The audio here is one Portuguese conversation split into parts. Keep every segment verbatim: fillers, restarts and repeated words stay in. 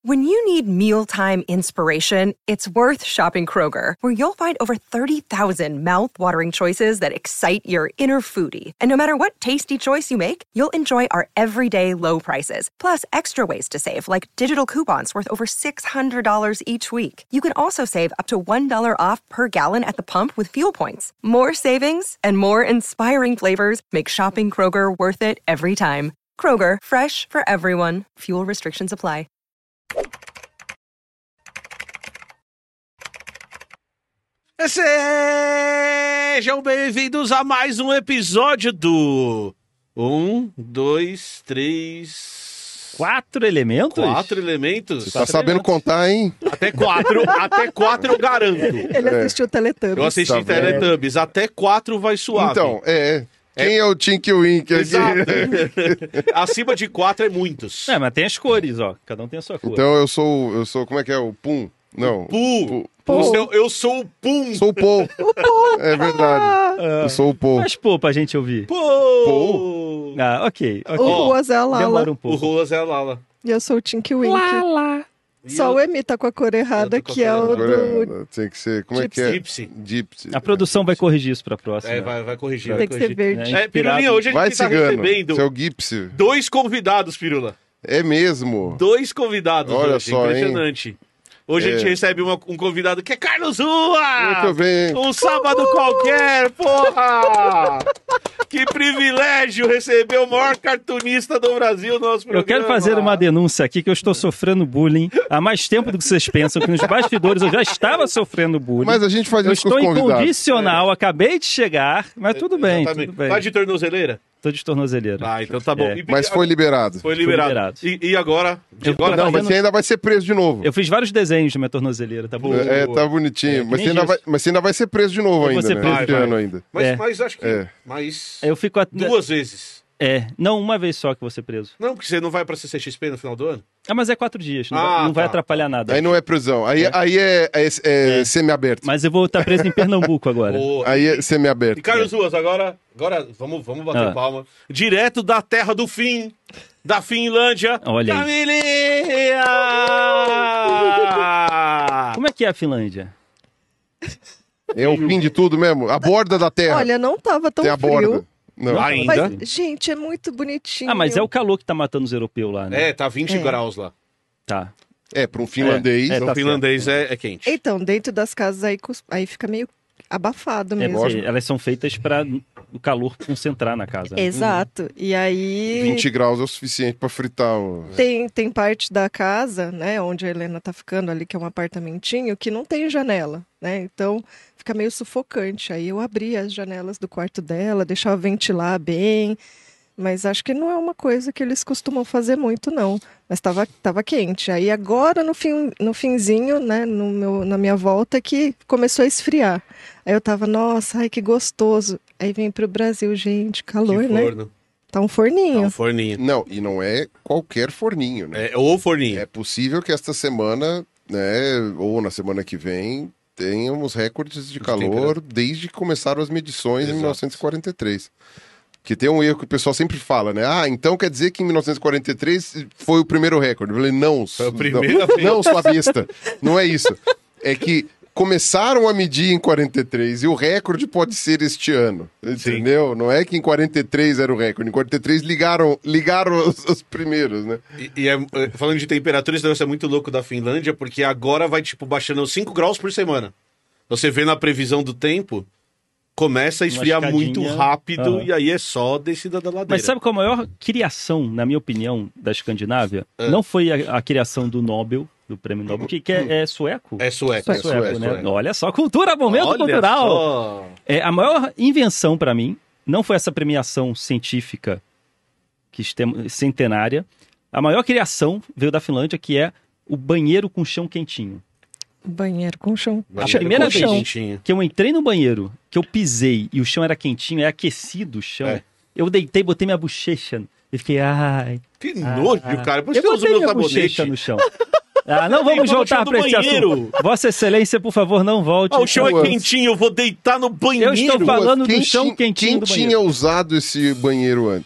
When you need mealtime inspiration, it's worth shopping Kroger, where you'll find over thirty thousand mouth-watering choices that excite your inner foodie. And no matter what tasty choice you make, you'll enjoy our everyday low prices, plus extra ways to save, like digital coupons worth over six hundred dollars each week. You can also save up to one dollar off per gallon at the pump with fuel points. More savings and more inspiring flavors make shopping Kroger worth it every time. Kroger, fresh for everyone. Fuel restrictions apply. Sejam bem-vindos a mais um episódio do... Um, dois, três... Quatro elementos? Quatro elementos? Você tá sabendo contar, hein? Até quatro, até quatro eu garanto. Ele assistiu Teletubbies. Eu assisti Tá Teletubbies, até quatro vai suave. Então, é... Quem é, é o Tinky Winky aqui? Exato. Acima de quatro é muitos. É, mas tem as cores, ó. Cada um tem a sua cor. Então eu sou, eu sou, como é que é? O Pum? Não. Pum. Você, eu sou o Pum. Sou o Pô. É verdade. Eu sou o Pô. Mas pô, pra gente ouvir. Pô. Pô. Ah, ok. okay. O Ruas é a Lala. Demora um O pouco. Ruas é a Lala. E eu sou o Tinky Winky. Lala. Só eu... o Emi tá com a cor errada, Eu tô com a que é cor o Agora, do... tem que ser, como é que é? Gypsy. Gypsy. A produção vai corrigir isso pra próxima. É, vai, vai corrigir. Tem Vai que ser corrigir. verde. É. É, Pirulinha, hoje a Vai gente tá cigano. recebendo Seu Gypsy. dois convidados, Pirula. É mesmo. Dois convidados Olha hoje, só, impressionante. Hoje a gente É. recebe uma- um convidado que é Carlos Rua! Muito bem. Um sábado qualquer, porra! Que privilégio receber o maior cartunista do Brasil no nosso programa. Eu quero fazer uma denúncia aqui que eu estou sofrendo bullying há mais tempo do que vocês pensam, que nos bastidores eu já estava sofrendo bullying. Mas a gente faz eu isso com estou os em convidados. condicional, acabei de chegar, mas tudo bem, Exatamente. tudo bem. Tá de tornozeleira? Tô de tornozeleira. Ah, então tá bom. É. E- Mas foi liberado. Foi liberado. liberado. E, e agora? De Eu- agora Não, Não, mas fazendo- você ainda vai ser preso de novo. Eu fiz vários desenhos de minha tornozeleira, tá bom? É, tá bonitinho. É, mas, nem você ainda isso. vai, mas você ainda vai ser preso de novo Eu vou ainda, ser né? preso Este de novo. ano ainda. Mas, É. mas acho que... É. Mas... Eu fico... A... Duas vezes. É, não, uma vez só que vou ser preso. Não, porque você não vai pra C C X P no final do ano? Ah, mas é quatro dias, não, Ah, vai, não vai tá. atrapalhar nada. Aí não é prisão. Aí é, aí é, é, é É. semi-aberto. Mas eu vou estar preso em Pernambuco agora. Boa. Aí é semi-aberto. E Carlos Ruas, agora, agora vamos, vamos bater Ah. palma. Direto da terra do fim, da Finlândia, Olha aí. Camilinha! Como é que é a Finlândia? É o fim de tudo mesmo. A borda da terra. Olha, não tava tão Tem a frio. borda. Não. Ainda? Mas, gente, é muito bonitinho. Ah, mas é o calor que tá matando os europeus lá, né? É, tá vinte É. graus lá. Tá. É, para um finlandês. É, Então, tá o finlandês é, é quente. Então, dentro das casas aí, cus- aí fica meio abafado É mesmo. porque elas são feitas para o calor concentrar na casa. né? Exato. E aí... vinte graus é o suficiente para fritar o... Tem, tem parte da casa, né, onde a Helena tá ficando ali, que é um apartamentinho, que não tem janela, né? Então fica meio sufocante. Aí eu abri as janelas do quarto dela, deixava ventilar bem, mas acho que não é uma coisa que eles costumam fazer muito, não. Mas tava, tava quente. Aí agora, no, fim, no finzinho, né, no meu, na minha volta, que começou a esfriar. Aí eu tava, nossa, ai, que gostoso. Aí vem pro Brasil, gente, calor, Que né? forno. Tá um É forninho. um forninho. Não, e não é qualquer forninho, né? É, ou forninho. É possível que esta semana, né, ou na semana que vem, tenhamos recordes de calor desde que começaram as medições Exato. em mil novecentos e quarenta e três. Que tem um erro que o pessoal sempre fala, né? Ah, então quer dizer que em mil novecentos e quarenta e três foi o primeiro recorde. Eu falei, não. Foi a não, primeira vez. Não, sua besta. Não é isso. É que começaram a medir em quarenta e três e o recorde pode ser este ano. Entendeu? Não é que em quarenta e três era o recorde. Em quarenta e três ligaram, ligaram os, os primeiros, né? E, e é, é, falando de temperatura, esse negócio é muito louco da Finlândia, porque agora vai, tipo, baixando cinco graus por semana. Você vê na previsão do tempo, começa a esfriar escadinha. muito rápido Aham. e aí é só descida da ladeira. Mas sabe qual é a maior criação, na minha opinião, da Escandinávia? Não foi a, a criação do Nobel, do prêmio Nobel, que, que é, é sueco? É sueco. É É sueco, sueco, né? sueco. Olha só, cultura, momento Olha cultural. só. É, a maior invenção para mim não foi essa premiação científica que estem- centenária. A maior criação veio da Finlândia, que é o banheiro com chão quentinho. Banheiro com chão. A primeira com vez chão. Quentinho. que eu entrei no banheiro, que eu pisei e o chão era quentinho, é aquecido o chão. É. Eu deitei, botei minha bochecha e fiquei, ai... Que nojo, ah. cara. Por isso Eu que eu uso botei meu minha sabonete. bochecha no chão. Ah, não Tem vamos que botar voltar no para esse banheiro. assunto. Vossa Excelência, por favor, não volte. Ah, o chão é Duas. quentinho, eu vou deitar no banheiro. Eu estou falando Quem do chão ti- quentinho Quem do tinha banheiro. usado esse banheiro antes?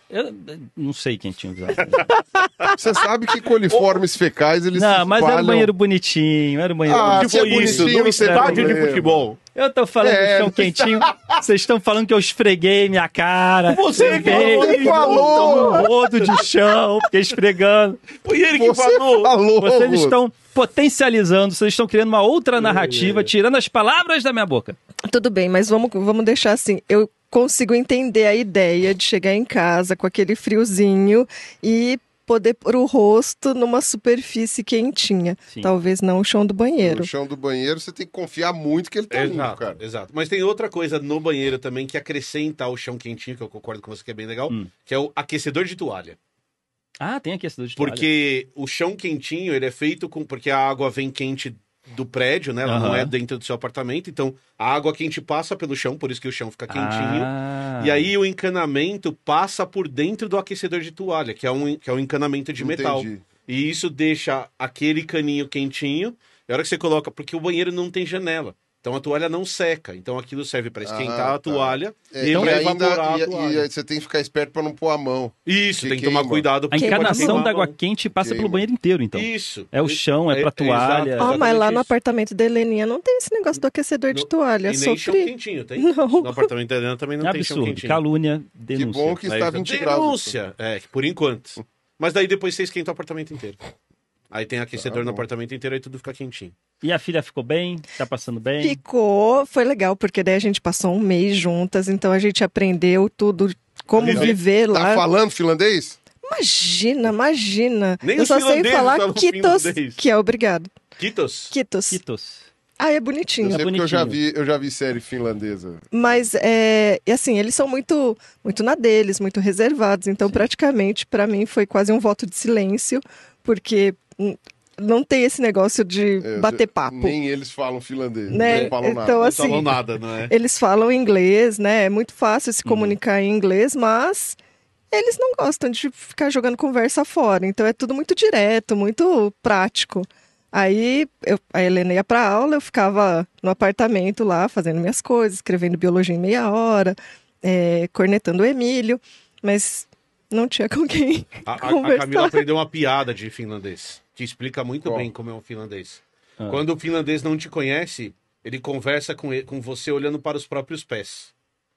Eu não sei quem tinha usado. Você sabe que coliformes fecais, eles Não, se mas era um espalham- banheiro bonitinho, era um banheiro Ah, bonitinho. se é Foi isso, bonitinho, num estádio de problema. futebol. Eu tô falando É, do chão quentinho, vocês estão falando que eu esfreguei minha cara. Você que esfreguei, falou, você falou. um rodo de chão, fiquei esfregando. Foi ele que Você falou. falou, Vocês Guto. estão potencializando, vocês estão criando uma outra narrativa, tirando as palavras da minha boca. Tudo bem, mas vamos, vamos deixar assim. Eu consigo entender a ideia de chegar em casa com aquele friozinho e poder pôr o rosto numa superfície quentinha. Sim. Talvez não o chão do banheiro. No chão do banheiro, você tem que confiar muito que ele tá limpo, Exato, cara. exato. Mas tem outra coisa no banheiro também que acrescenta ao chão quentinho, que eu concordo com você que é bem legal, Hum. que é o aquecedor de toalha. Ah, tem aquecedor de toalha. Porque o chão quentinho, ele é feito com... Porque a água vem quente do prédio, né? Ela não Aham. é dentro do seu apartamento. Então, a água quente passa pelo chão, por isso que o chão fica quentinho. Ah. E aí, o encanamento passa por dentro do aquecedor de toalha, que é um, que é um encanamento de metal. Entendi. E isso deixa aquele caninho quentinho. E a hora que você coloca... Porque o banheiro não tem janela. Então, a toalha não seca. Então, aquilo serve para esquentar Ah, a toalha É, e e para ainda evaporar e, a toalha. e aí você tem que ficar esperto pra não pôr a mão. Isso, que tem que tomar queima. cuidado. A porque pode encarnação queimar da a água mão. quente passa Queima. pelo banheiro inteiro, então. Isso. É o chão, é pra toalha. exato, Ah, mas lá exatamente no isso. apartamento da Heleninha não tem esse negócio do aquecedor de No- toalha. E nem chão Sofri. quentinho, tem? Não. No apartamento da Helena também não É tem chão absurdo. quentinho. Calúnia, Que denúncia. bom que Aí, está então, vinte graus. denúncia. É, por enquanto. Mas daí depois você esquenta o apartamento inteiro. Aí tem aquecedor Tá no bom. apartamento inteiro, aí tudo fica quentinho. E a filha ficou bem? Tá passando bem? Ficou, foi legal, porque daí a gente passou um mês juntas, então a gente aprendeu tudo, como Viver. viver lá. Tá falando finlandês? Imagina, imagina. Nem Eu os só sei finlandeses falar falam Kitos, finlandês. que é obrigado. Kitos? Kitos. Quitos. Ah, é Eu bonitinho. sei porque eu já, bonitinho. vi, eu já vi série finlandesa. Mas, é, e assim, eles são muito, muito na deles, muito reservados. Então, praticamente, para mim, foi quase um voto de silêncio, porque hum, não tem esse negócio de É, bater papo. Nem eles falam finlandês. Né? Não falam nada. Então, Não assim, falam nada, não é? eles falam inglês, né? É muito fácil se comunicar em inglês, mas eles não gostam de ficar jogando conversa fora. Então é tudo muito direto, muito prático. Aí eu, a Helena ia para aula, eu ficava no apartamento lá fazendo minhas coisas, escrevendo biologia em meia hora, é, cornetando o Emílio, mas não tinha com quem A, a- a conversar. Camila aprendeu uma piada de finlandês, que explica muito Qual? bem como é um finlandês. Ah. Quando o finlandês não te conhece, ele conversa com, ele- com você olhando para os próprios pés.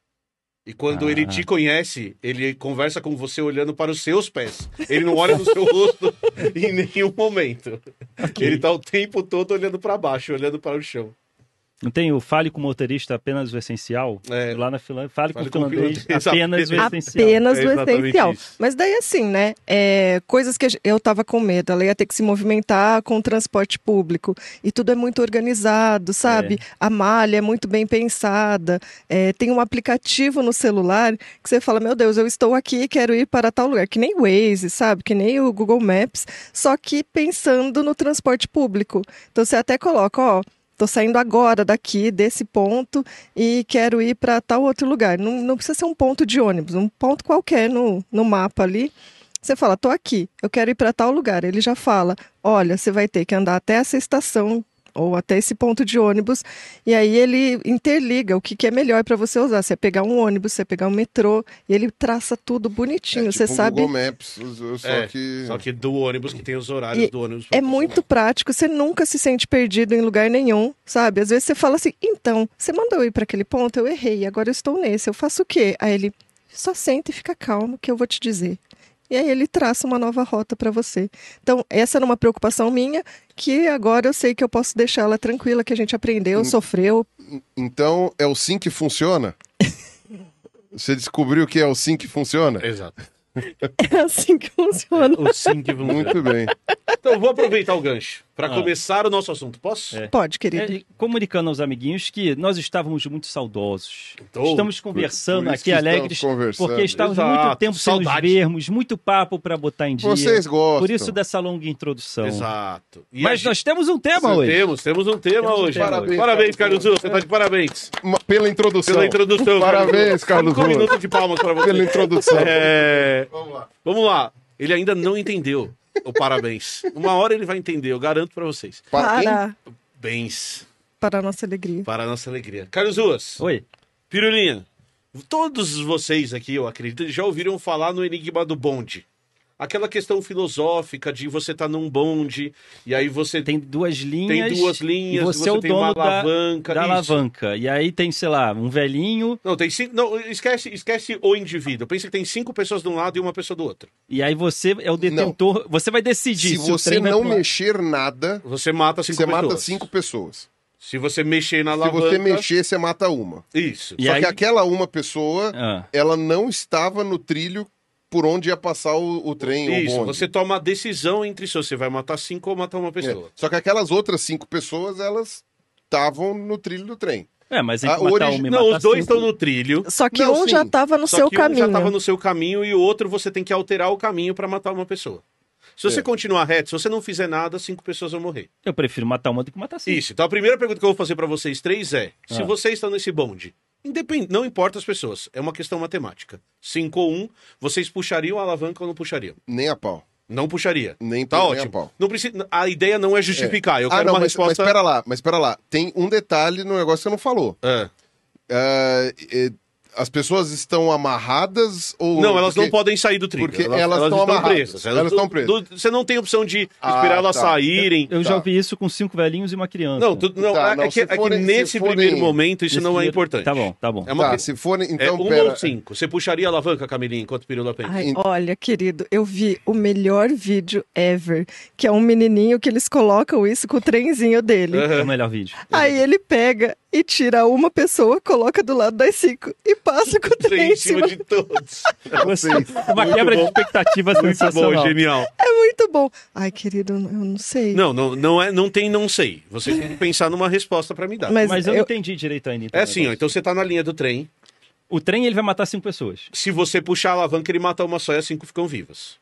E quando Ah. ele te conhece, ele conversa com você olhando para os seus pés. Ele não olha no seu rosto em nenhum momento. Ele tá o tempo todo olhando para baixo, olhando para o chão. Não tem o fale com o motorista apenas o essencial? É. Lá na Finlândia, fale com o Fale com o finlandês finlandês apenas o essencial. Apenas É do exatamente essencial. isso. Mas daí assim, né? é, coisas que a gen- eu tava com medo. Ela ia ter que se movimentar com o transporte público. E tudo é muito organizado, sabe? A malha é muito bem pensada. é, tem um aplicativo no celular que você fala, meu Deus, eu estou aqui e quero ir para tal lugar. Que nem o Waze, sabe? Que nem o Google Maps. Só que pensando no transporte público. Então você até coloca, ó... Tô saindo agora daqui, desse ponto, e quero ir para tal outro lugar. Não, não precisa ser um ponto de ônibus, um ponto qualquer no, no mapa ali. Você fala, tô aqui, eu quero ir para tal lugar. Ele já fala, olha, você vai ter que andar até essa estação ou até esse ponto de ônibus. E aí ele interliga o que, que é melhor para você usar. Se é pegar um ônibus, se é pegar um metrô, e ele traça tudo bonitinho. É você tipo um sabe... Google Maps, só É, que... Só que do ônibus, que tem os horários E do ônibus. pra É você. muito prático, você nunca se sente perdido em lugar nenhum, sabe? Às vezes você fala assim, então, você mandou eu ir para aquele ponto, eu errei, agora eu estou nesse, eu faço o quê? Aí ele, só senta e fica calmo que eu vou te dizer. E aí ele traça uma nova rota para você. Então, essa era uma preocupação minha, que agora eu sei que eu posso deixar ela tranquila, que a gente aprendeu, sofreu. Então, é o sim que funciona? Você descobriu que é o sim que funciona? Exato. É assim que funciona. O sim que vamos ver. Muito bem. Então, eu vou aproveitar o gancho para Ah. começar o nosso assunto. Posso? É. Pode, querido. É, comunicando aos amiguinhos que nós estávamos muito saudosos. Então, estamos conversando por isso aqui que estamos alegres, conversando. porque estávamos Exato, muito tempo sem nos saudade. vermos, muito papo para botar em dia. Vocês gostam. Por isso dessa longa introdução. Exato. E Mas a nós temos um tema gente- hoje. Temos, temos um tema Temos um hoje. tema Parabéns, hoje. parabéns Carlos Carlos Zul. Você tá de parabéns. Ma- Pela introdução. Pela introdução. Parabéns, Carlos Um Zul. minuto de palmas para você. Pela introdução. É, Vamos lá. Vamos lá. Ele ainda não entendeu o parabéns. Uma hora ele vai entender, eu garanto para vocês. Para quem? Para, Bens para a nossa alegria. para a nossa alegria. Carlos Ruas, Oi. Pirulinha, Todos vocês aqui, eu acredito, já ouviram falar no enigma do bonde. Aquela questão filosófica de você tá num bonde, e aí você Tem duas linhas. tem duas linhas, e você, é o tem uma dono da, alavanca. da isso. alavanca. E aí tem, sei lá, um velhinho. Não, tem cinco. Não, esquece, esquece o indivíduo. Pensa que tem cinco pessoas de um lado e uma pessoa do outro. E aí você é o detentor. Você vai decidir Se se, o você trem vai não pular. mexer nada, Você mata cinco você pessoas. mata cinco pessoas. Se você mexer na Se alavanca... você mexer, você mata uma. Isso. E Só aí- que aquela uma pessoa, Ah. ela não estava no trilho por onde ia passar o, o trem ou o Isso, bonde. você toma a decisão entre se você vai matar cinco ou matar uma É. pessoa. Só que aquelas outras cinco pessoas, elas estavam no trilho do trem. É, mas entre Ah, matar origi- uma e Não, matar os dois cinco- estão no trilho. Só que Não, um sim. já estava no Só seu que caminho. um já estava no seu caminho e o outro você tem que alterar o caminho para matar uma pessoa. Se você É. continuar reto, se você não fizer nada, cinco pessoas vão morrer. Eu prefiro matar uma do que matar cinco. Isso. Então a primeira pergunta que eu vou fazer para vocês três é: se Ah. vocês estão nesse bonde, independ... não importa as pessoas, é uma questão matemática. cinco ou um, vocês puxariam a alavanca ou não puxariam? Nem a pau. Não puxaria. Nem Tá nem a ótimo. pau. Não precisa... A ideia não é justificar. Eu ah, quero não, uma mas, resposta. mas pera lá, mas pera lá. Tem um detalhe no negócio que você não falou. É. Ah, eh, as pessoas estão amarradas ou... Não, elas porque- não podem sair do trilho. porque elas estão amarradas. Elas estão presas. Do- Você não tem opção de Ah, esperar elas tá. saírem. Eu já Tá. ouvi isso com cinco velhinhos e uma criança. Não, tu- não, Tá, é, não, que, se é que forem- se nesse forem- primeiro momento isso Nesse não é primeiro- importante. Tá bom, tá bom. É uma Tá, que- se forem... é Então, um pera... ou cinco. Você puxaria a alavanca, Camilinha, enquanto pirula pensa? Ai, Ent- olha, querido, eu vi o melhor vídeo ever, que é um menininho que eles colocam isso com o trenzinho dele. É o melhor vídeo. Aí ele pega e tira uma pessoa, coloca do lado das cinco e passa com o trem em cima de todos. Você, uma quebra de expectativa Muito bom, sensacional. genial. É muito bom. Ai, querido, eu não sei. Não, não, não, é, não tem não sei. Você tem que pensar numa resposta pra me dar. Mas, Mas eu não eu, entendi direito ainda. É assim, ó, então você tá na linha do trem. O trem ele vai matar cinco pessoas. Se você puxar a alavanca, ele mata uma só e as cinco ficam vivas.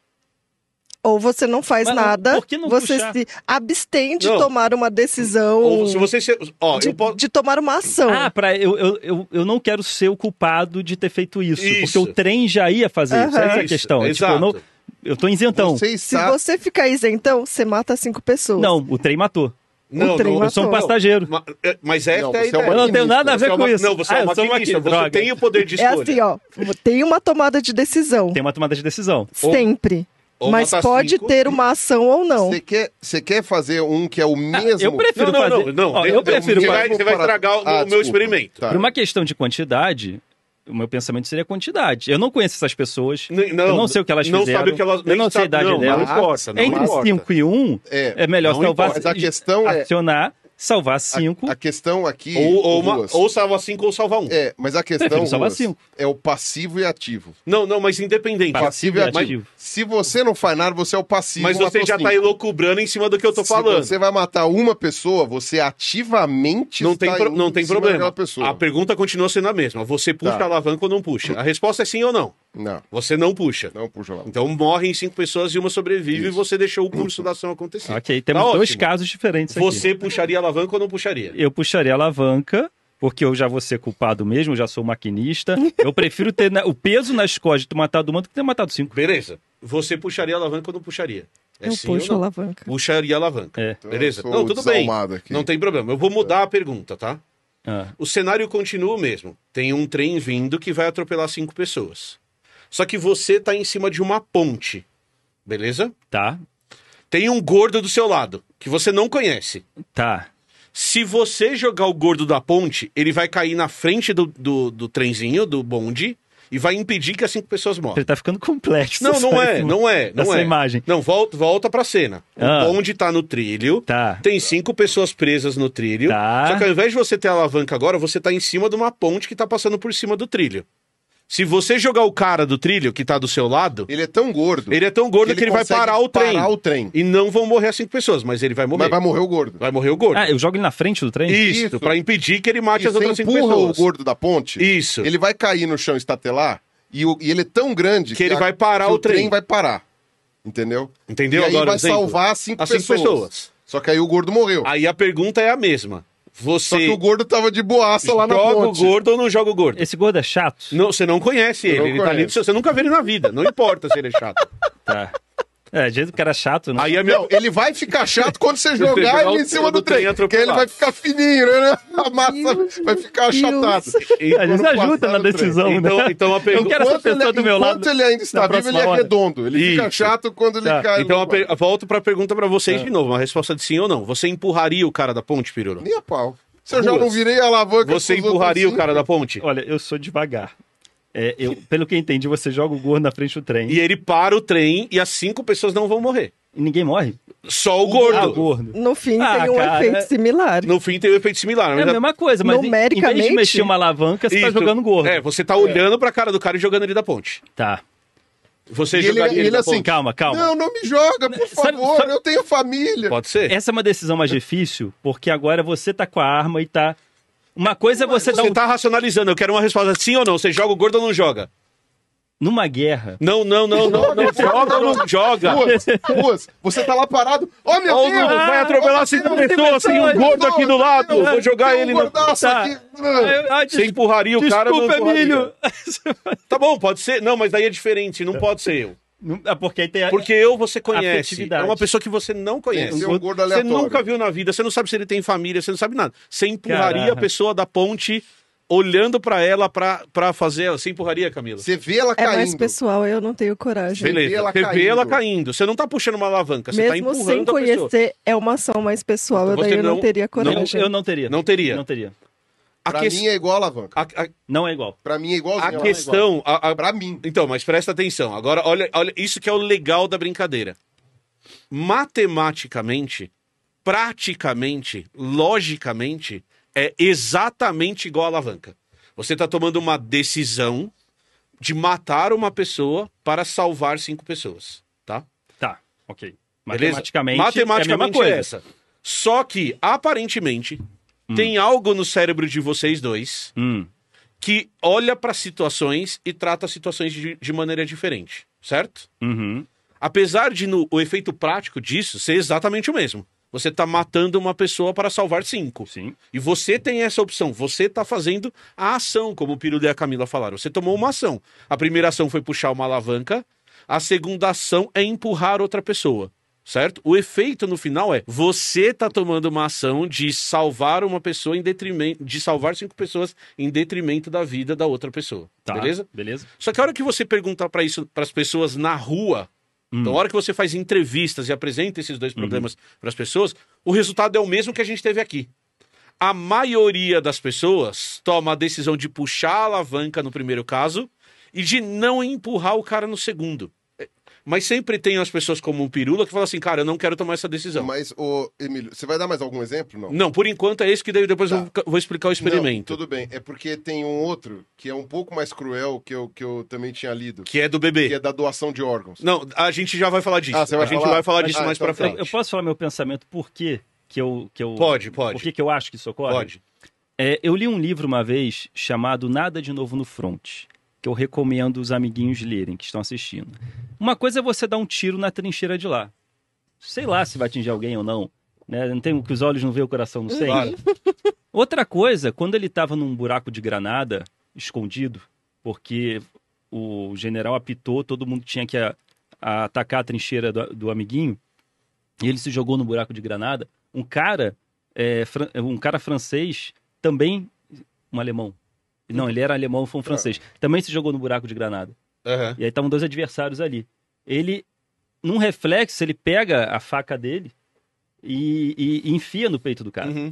ou você não faz Mas nada, por que não você puxar? se abstém de Não. tomar uma decisão, Ou se você... Se, ó, de, eu posso... de tomar uma ação. Ah, pra, eu, eu, eu, eu não quero ser o culpado de ter feito isso. Isso. Porque o trem já ia fazer isso. Aham. Essa é a Isso, questão. É, tipo, eu, exato. não, eu tô isentão. Você Se está... você ficar isentão, você mata cinco pessoas. Não, o trem matou. Não, trem não, Eu sou um matou. passageiro. Ma- é, Mas esta Não, é a você é um ideia. Eu não tenho nada a Você ver é com uma- isso. Não, você Ah, é eu uma sou maquinista, maquinista, você droga. tem o poder de É escolha. assim, ó. Tem uma tomada de decisão. Tem uma tomada de decisão. Ou- Sempre. ou Mas matar pode cinco. ter uma ação ou não. Você quer, você quer fazer um que é o mesmo... eu prefiro Não, não, fazer... não, não. Ó, de- eu de- prefiro você fazer... vai, você vai estragar o, Ah, o meu desculpa. experimento. Tá. Por uma questão de quantidade, o meu pensamento seria quantidade. Eu não conheço essas pessoas. N- não, eu não sei o que elas não fizeram. sabe o que elas- eu nem não sei a sabe- idade não, delas. não importa, não Entre importa. cinco e um, É, é, melhor não salvar... importa. Mas a questão é- Acionar, salvar cinco. A, a questão aqui... Ou, ou, uma, Ruas, ou salva cinco ou salva um. É, mas a questão, Prefiro salvar Ruas, cinco. é o passivo e ativo. Não, não, mas independente. Passivo e ativo. Se você não faz nada, você é o passivo. Mas você matou já tá cinco. elocubrando em cima do que eu tô Se falando. você vai matar uma pessoa, você ativamente Não tem, está pro- indo não tem em cima problema. daquela pessoa. A pergunta continua sendo a mesma. Você puxa Tá. a alavanca ou não puxa? A resposta é sim ou não. Não, Você não puxa. não puxa lá. Então morrem cinco pessoas e uma sobrevive e Isso. você deixou o curso da ação acontecer. Ok, temos Tá dois ótimo. casos diferentes aqui. Você puxaria a alavanca ou não puxaria? Eu puxaria a alavanca, porque eu já vou ser culpado mesmo, eu já sou maquinista. Eu prefiro ter na- o peso nas costas de ter matado uma do que ter matado cinco. Beleza. Você puxaria a alavanca ou não puxaria? É Eu sim ou puxo a não? alavanca. Puxaria a alavanca. É. Então, Beleza? eu sou Não, tudo bem. desalmado aqui. Não tem problema. Eu vou mudar a pergunta, tá? Ah, O cenário continua o mesmo. Tem um trem vindo que vai atropelar cinco pessoas. Só que você tá em cima de uma ponte. Beleza? tá, Tem um gordo do seu lado, que você não conhece. tá. Se você jogar o gordo da ponte, ele vai cair na frente do, do, do trenzinho, do bonde, e vai impedir que as cinco pessoas morram. Ele tá ficando complexo. Não, não essa é, ima- não é, não essa é. imagem. Não, volta, volta pra cena. O Ah. bonde tá no trilho, Tá. tem cinco pessoas presas no trilho, Tá. só que ao invés de você ter a alavanca agora, você tá em cima de uma ponte que tá passando por cima do trilho. Se você jogar o cara do trilho, que tá do seu lado, Ele é tão gordo. ele é tão gordo que ele, vai consegue parar o trem. parar o trem. E não vão morrer as cinco pessoas, mas ele vai morrer. Mas vai morrer o gordo. Vai morrer o gordo. Ah, eu jogo ele na frente do trem? Isso, Isso. pra impedir que ele mate E as você outras cinco empurra pessoas. o gordo da ponte, Isso. ele vai cair no chão e estatelar, e, o- e ele é tão grande Que ele a- vai parar que o o trem. trem vai parar. Entendeu? Entendeu E aí agora o vai exemplo? salvar as cinco As cinco pessoas. pessoas. Só que aí o gordo morreu. Aí a pergunta é a mesma. Você Só que o gordo tava de boaça lá na joga ponte. o gordo ou não joga o gordo? Esse gordo é chato? Não, você não conhece ele. não ele tá ali, conheço. você nunca viu ele na vida. Não importa se ele é chato. Tá. É, jeito que era chato, né? Aí a minha... Não, ele vai ficar chato quando você jogar jogar ele o- em cima do do trem trem, porque ele atropelar. vai ficar fininho, né? A massa Deus, vai ficar Deus. achatada. Às vezes Quando ajuda passar na no trem. decisão, Então, né? então a Eu pergunta... quero essa Enquanto ele, pessoa do meu lado. enquanto ele ainda está na vivo, ele próxima é hora. redondo. Ele fica Isso. chato quando ele Tá. cai. Então no a per... volto pra pergunta pra vocês É. de novo, uma resposta de sim ou não. Você empurraria o cara da ponte, Pirula? Nem a pau. Se eu já Duas. não virei a alavanca... Você com os empurraria outros o cara cinco, da ponte? Olha, eu sou devagar. É, eu, pelo que eu entendi, você joga o gordo na frente do trem E ele para o trem e as cinco pessoas não vão morrer. e ninguém morre. Só o gordo. Ah, o gordo. No fim, Ah, tem um cara, efeito é- similar. No fim tem um efeito similar. É mas a mesma coisa, mas em- em vez de Numericamente- mexer uma alavanca, você tá Isso. jogando gordo. É, você tá olhando pra cara do cara e jogando ele da ponte. Tá. Você E ele- jogaria ele, ele da assim, ponte? Calma, calma. Não, não me joga, por Sabe- favor, sabe- eu tenho família. Pode ser? Essa é uma decisão mais difícil, porque agora você tá com a arma e tá... Uma coisa é você, dar Você um... tá racionalizando, eu quero uma resposta sim ou não. Você joga o gordo ou não joga? Numa guerra... Não, não, não, não, não. Joga ou não joga? Ruas, ruas, você tá lá parado. Oh, meu Ó, Deus! vai atropelar cinco Deus, pessoas, tem um pessoas, gordo aqui do lado. Vou jogar Tem um ele no... gordaço Tá. aqui. Ah, Você empurraria o cara ou não Desculpa, empurraria? Emílio. Tá bom, pode ser. Não, mas daí é diferente, não pode ser eu. Não- é porque aí tem a... Porque eu você conhece. Afetividade. É uma pessoa que você não conhece. Tem um gordo Você aleatório. nunca viu na vida, você não sabe se ele tem família, você não sabe nada. Você empurraria Caraca. a pessoa da ponte olhando pra ela pra, pra fazer ela. Você empurraria, Camila? Você vê ela É mais caindo. pessoal, eu não tenho coragem. Beleza. vê ela Você vê caindo. ela caindo. Você não tá puxando uma alavanca, você tá Mesmo empurrando sem a pessoa. conhecer, é uma ação mais pessoal. Eu Você daí eu não, não- teria Eu, coragem. eu não teria. Não teria. Não teria. A, Pra que- mim é igual a alavanca. a- a- Não é igual. Pra mim é igualzinho. a a alavanca. questão... a- a- Pra mim. Então, mas presta atenção. Agora, olha, olha, isso que é o legal da brincadeira. Matematicamente, praticamente, logicamente, é exatamente igual a alavanca. Você está tomando uma decisão de matar uma pessoa para salvar cinco pessoas, tá? Tá, ok. Beleza? Matematicamente, Matematicamente é a mesma coisa. é essa. Só que, aparentemente, tem algo no cérebro de vocês dois Hum, que olha para situações e trata situações de, de maneira diferente, certo? uhum. Apesar de no, o efeito prático disso ser exatamente o mesmo. Você tá matando uma pessoa para salvar cinco. Sim. E você tem essa opção. Você tá fazendo a ação, como o Pirulo e a Camila falaram. Você tomou uma ação. A primeira ação foi puxar uma alavanca. A segunda ação é empurrar outra pessoa. Certo? O efeito no final é você tá tomando uma ação de salvar uma pessoa em detrimento, de salvar cinco pessoas em detrimento da vida da outra pessoa. Tá, Beleza? Beleza. Só que a hora que você perguntar para isso para as pessoas na rua, então a hora que você faz entrevistas e apresenta esses dois problemas para as pessoas, o resultado é o mesmo que a gente teve aqui. A maioria das pessoas toma a decisão de puxar a alavanca no primeiro caso e de não empurrar o cara no segundo. Mas sempre tem as pessoas como o Pirula que falam assim, cara, eu não quero tomar essa decisão. Mas, ô, Emílio, você vai dar mais algum exemplo? Não. Não, por enquanto é esse que daí depois eu vou- vou explicar o experimento. Não, tudo bem. É porque tem um outro que é um pouco mais cruel que eu, que eu também tinha lido. Que é do bebê. Que é da doação de órgãos. Não, a gente já vai falar disso. Ah, você vai a gente falar? vai falar Ah, disso então mais pra tá. frente. Eu posso falar meu pensamento por quê que eu, que eu... Pode, pode. Por que que eu acho que isso ocorre? Pode. É, eu li um livro uma vez chamado Nada de Novo no Front, que eu recomendo os amiguinhos lerem, que estão assistindo. Uma coisa é você dar um tiro na trincheira de lá. Sei lá se vai atingir alguém ou não. Né? Não tem que os olhos não veem, o coração não sente. Claro. Outra coisa, quando ele estava num buraco de granada, escondido, porque o general apitou, todo mundo tinha que a- a atacar a trincheira do, do amiguinho, e ele se jogou no buraco de granada. Um cara, é, fran- um cara francês, também um alemão. Não, ele era alemão, foi um francês. Também se jogou no buraco de granada. Aham. E aí estavam dois adversários ali. Ele, num reflexo, ele pega a faca dele e, e- e enfia no peito do cara. Uhum.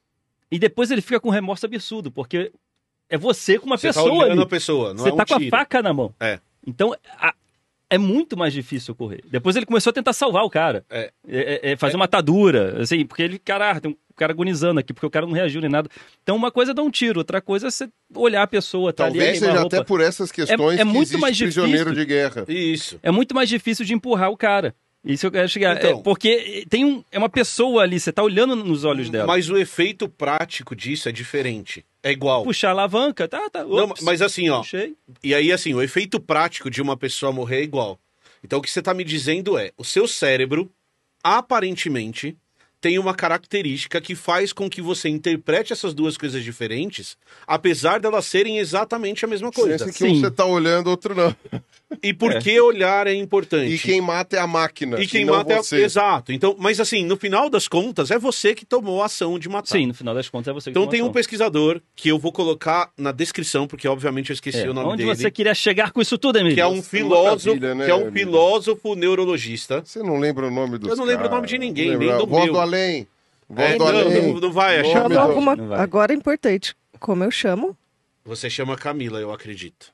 E depois ele fica com um remorso absurdo, porque é você com uma Você tá pessoa olhando ali. a pessoa, não Você é um tá com tiro. a faca na mão. É. Então, a- é muito mais difícil correr. Depois ele começou a tentar salvar o cara. É. É- é- é fazer uma atadura, assim, porque ele, cara, tem um cara agonizando aqui, porque o cara não reagiu nem nada. Então, uma coisa é dar um tiro, outra coisa é você olhar a pessoa, tá ali, Talvez queimar a seja roupa. até por essas questões É- é que muito existe mais prisioneiro difícil. de guerra. Isso. É muito mais difícil de empurrar o cara. Isso eu quero chegar. Então. É, porque tem um, é uma pessoa ali, você tá olhando nos olhos dela. Mas o efeito prático disso é diferente. É igual. Puxar a alavanca, tá, tá. Não, ops, mas assim, ó. puxei. E aí, assim, o efeito prático de uma pessoa morrer é igual. Então, o que você tá me dizendo é: o seu cérebro, aparentemente, tem uma característica que faz com que você interprete essas duas coisas diferentes, apesar delas serem exatamente a mesma coisa. Esse que um você tá olhando, outro não. E por é. que olhar é importante? E quem mata é a máquina. E quem e não mata você. é. Exato. Então, mas assim, no final das contas, é você que tomou a ação de matar. Sim, no final das contas é você que Então tomou tem um ação. pesquisador que eu vou colocar na descrição, porque obviamente eu esqueci É. o nome Onde dele. você queria chegar com isso tudo, Emílio? Que é um filósofo, maravilha, né, que é um Emílio? filósofo neurologista. Você não lembra o nome do Eu não lembro o nome de ninguém, não nem lembra. do Voz meu. do além. Voz É, do não, além. não, não vai achar. Nome Chama do- alguma... Não vai. Agora é importante. Como eu chamo? Você chama Camila, eu acredito.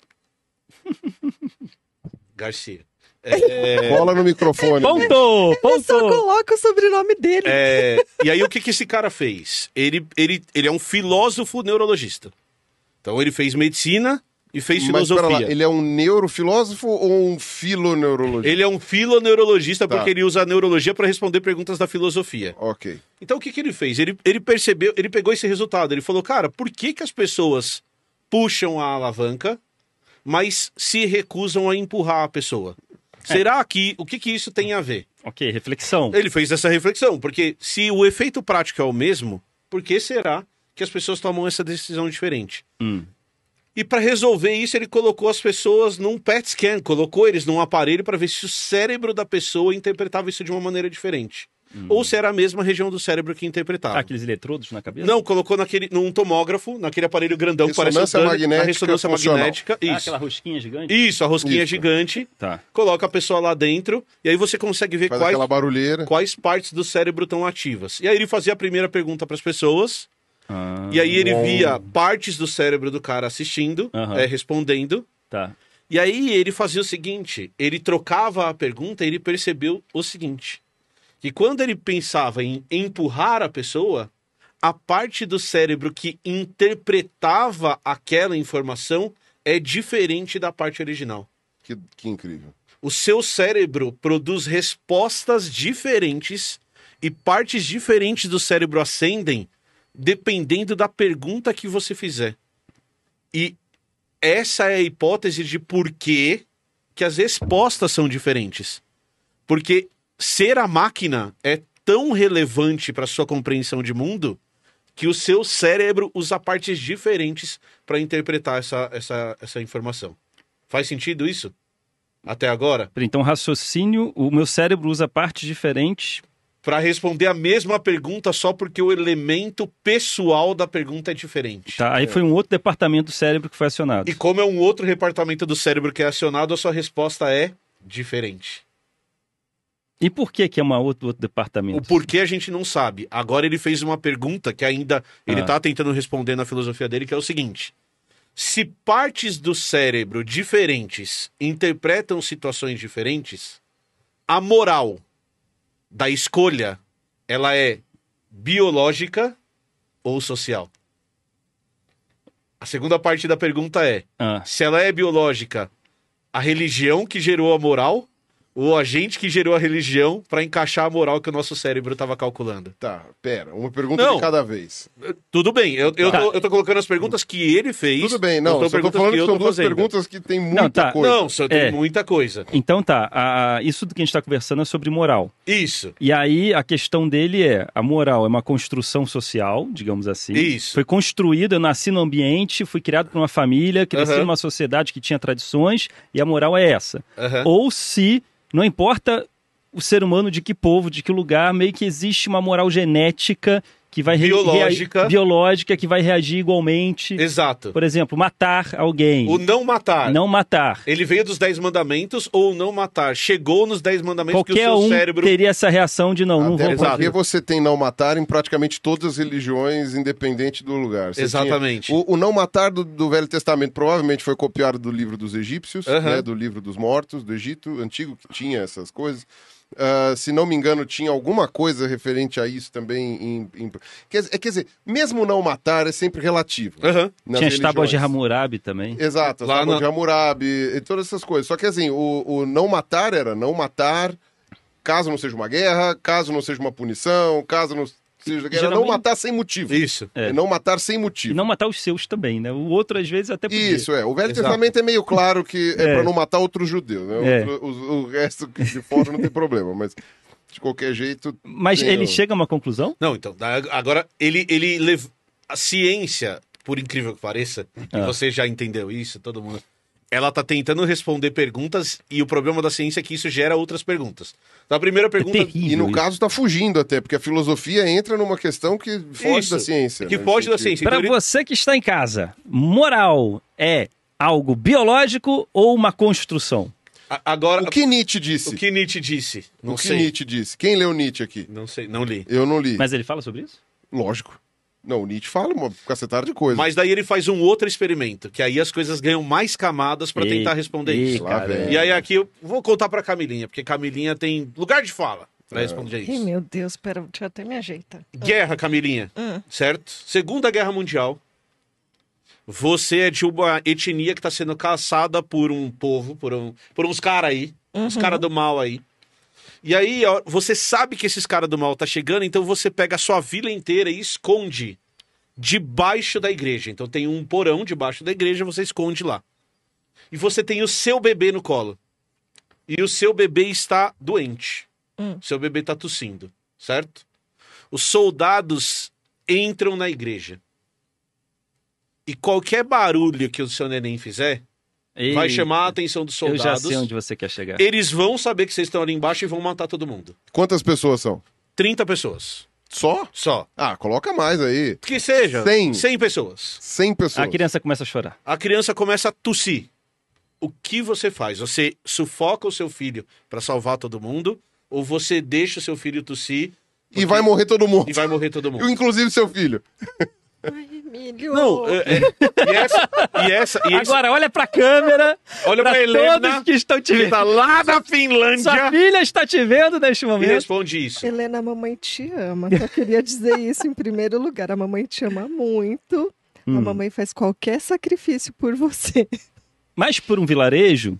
Garcia. É, Bola no microfone. Ponto! Eu só Ponto! coloco o sobrenome dele. é, e aí o que, que esse cara fez? Ele, ele, ele é um filósofo neurologista. Então ele fez medicina e fez Mas pera filosofia. lá, ele é um neurofilósofo ou um filoneurologista? Ele é um filoneurologista Tá. porque ele usa a neurologia para responder perguntas da filosofia. Ok. Então o que, que ele fez? Ele, ele percebeu, ele pegou esse resultado. Ele falou, cara, por que, que as pessoas puxam a alavanca, mas se recusam a empurrar a pessoa? Será que, o que, que isso tem a ver? Ok, reflexão. Ele fez essa reflexão, porque se o efeito prático é o mesmo, por que será que as pessoas tomam essa decisão diferente? Hum. E para resolver isso, ele colocou as pessoas num P E T scan, colocou eles num aparelho para ver se o cérebro da pessoa interpretava isso de uma maneira diferente. Hum. Ou se era a mesma região do cérebro que interpretava. Ah, aqueles eletrodos na cabeça? Não, colocou naquele, num tomógrafo, naquele aparelho grandão que parece Ressonância um magnética a ressonância funcional. magnética. Ah, Isso. aquela rosquinha gigante? Isso, a rosquinha Isso. gigante. Tá. Coloca a pessoa lá dentro e aí você consegue ver Faz quais, aquela barulheira. quais partes do cérebro estão ativas. E aí ele fazia a primeira pergunta para as pessoas. Ah, E aí ele Uau. via partes do cérebro do cara assistindo, Aham. é, respondendo. tá. E aí ele fazia o seguinte, ele trocava a pergunta e ele percebeu o seguinte, que quando ele pensava em empurrar a pessoa, a parte do cérebro que interpretava aquela informação é diferente da parte original. Que, que incrível. O seu cérebro produz respostas diferentes e partes diferentes do cérebro acendem dependendo da pergunta que você fizer. E essa é a hipótese de por que que as respostas são diferentes. Porque ser a máquina é tão relevante para sua compreensão de mundo que o seu cérebro usa partes diferentes para interpretar essa, essa, essa informação. Faz sentido isso? Até agora? Então, raciocínio, o meu cérebro usa partes diferentes. Para responder a mesma pergunta só porque o elemento pessoal da pergunta é diferente. Tá? Aí foi um outro departamento do cérebro que foi acionado. E como é um outro departamento do cérebro que é acionado, a sua resposta é diferente. E por que que é uma outro, outro O departamento? porquê a gente não sabe. Agora ele fez uma pergunta que ainda ele Ah. tá tentando responder na filosofia dele, que é o seguinte: se partes do cérebro diferentes interpretam situações diferentes, a moral da escolha, ela é biológica ou social? A segunda parte da pergunta é: Ah, se ela é biológica, a religião que gerou a moral ou a gente que gerou a religião para encaixar a moral que o nosso cérebro estava calculando? Tá, pera. Uma pergunta Não. de cada vez. Tudo bem, eu, eu, Tá. tô, eu tô colocando as perguntas que ele fez. Tudo bem, não. tô Só tô perguntas falando que eu são tô duas fazendo. perguntas que tem muita tá. coisa. Não, só tem É. muita coisa. então tá, a- a- isso do que a gente está conversando é sobre moral. Isso. E aí a questão dele é, a moral é uma construção social, digamos assim. Isso. Foi construída, eu nasci no ambiente, fui criado por uma família, cresci Aham. numa sociedade que tinha tradições, e a moral é essa. Aham. Ou se, não importa o ser humano de que povo, de que lugar, meio que existe uma moral genética que vai re- Biológica. rea- biológica que vai reagir igualmente. Exato. Por exemplo, matar alguém. O não matar. Não matar. Ele veio dos Dez Mandamentos ou o não matar? Chegou nos Dez Mandamentos que o Qualquer seu um cérebro... teria essa reação de não, não Até vou Exato. porque você tem não matar em praticamente todas as religiões, independente do lugar. Você Exatamente. tinha- O, o não matar do, do Velho Testamento provavelmente foi copiado do livro dos egípcios, Aham. né, do livro dos mortos, do Egito antigo, que tinha essas coisas. Ah, se não me engano, tinha alguma coisa referente a isso também. Em, em... Quer, é, quer dizer, mesmo não matar é sempre relativo. Aham. nas Tinha as tábuas de religiões. Hammurabi também. Exato, as Lá tábuas na- de Hammurabi e todas essas coisas. Só que assim, o, o não matar era não matar caso não seja uma guerra, caso não seja uma punição, caso não seja... Era não Geralmente- matar sem motivo. Isso. É. É não matar sem motivo. E não matar os seus também, né? O outro, às vezes, até podia. Isso, é. O Velho Exato. Testamento é meio claro que é, É. pra não matar outro judeu, né? É. Outro- o, o resto de fora não tem problema, mas... de qualquer jeito... Mas tem ele o- chega a uma conclusão? Não, então, da- agora ele, ele lev... a ciência, por incrível que pareça, e Ah. você já entendeu isso, todo mundo, ela tá tentando responder perguntas e o problema da ciência é que isso gera outras perguntas. Então, a primeira pergunta... É terrível E no isso. caso tá fugindo até, porque a filosofia entra numa questão que foge Isso, da ciência. que né? foge da Sentido. ciência. Para Então, ele- você que está em casa, moral é algo biológico ou uma construção? a- Agora, O que Nietzsche disse? o que Nietzsche disse? Não O que sei. Nietzsche disse? Quem leu Nietzsche aqui? Não sei, não li. Eu não li. Mas ele fala sobre isso? Lógico. Não, o Nietzsche fala uma cacetada de coisa. Mas daí ele faz um outro experimento, que aí as coisas ganham mais camadas pra tentar Ei, responder ei, isso. Lá cara. vem. E aí aqui eu vou contar pra Camilinha, porque Camilinha tem lugar de fala pra É. responder Ih, isso. meu Deus, pera, deixa eu até me ajeitar. Guerra, Camilinha, Hum. certo? Segunda Guerra Mundial. Você é de uma etnia que tá sendo caçada por um povo, por, um, por uns caras aí, uns caras do mal aí. E aí, ó, você sabe que esses caras do mal tá chegando, então você pega a sua vila inteira e esconde debaixo da igreja. Então tem um porão debaixo da igreja, você esconde lá. E você tem o seu bebê no colo. E o seu bebê está doente. Hum. Seu bebê está tossindo, certo? Os soldados entram na igreja. E qualquer barulho que o seu neném fizer, vai Eita, chamar a atenção dos Eu soldados. já sei onde você quer chegar. Eles vão saber que vocês estão ali embaixo e vão matar todo mundo. Quantas pessoas são? trinta pessoas. Só? Só. Ah, coloca mais aí. Que seja cem. cem pessoas. cem pessoas. A criança começa a chorar. A criança começa a tossir. O que você faz? Você sufoca o seu filho para salvar todo mundo? Ou você deixa o seu filho tossir E vai morrer todo mundo. e vai morrer todo mundo? Inclusive seu filho. Ai, Emílio. Não, é, é, e essa... E essa, e esse- Agora, olha pra câmera. olha pra pra Helena, todos que estão te que vendo. tá lá na Sua Finlândia, filha está te vendo neste e momento. responde isso. Helena, a mamãe te ama. Só queria dizer isso em primeiro lugar. A mamãe te ama muito. Hum. A mamãe faz qualquer sacrifício por você. Mas por um vilarejo,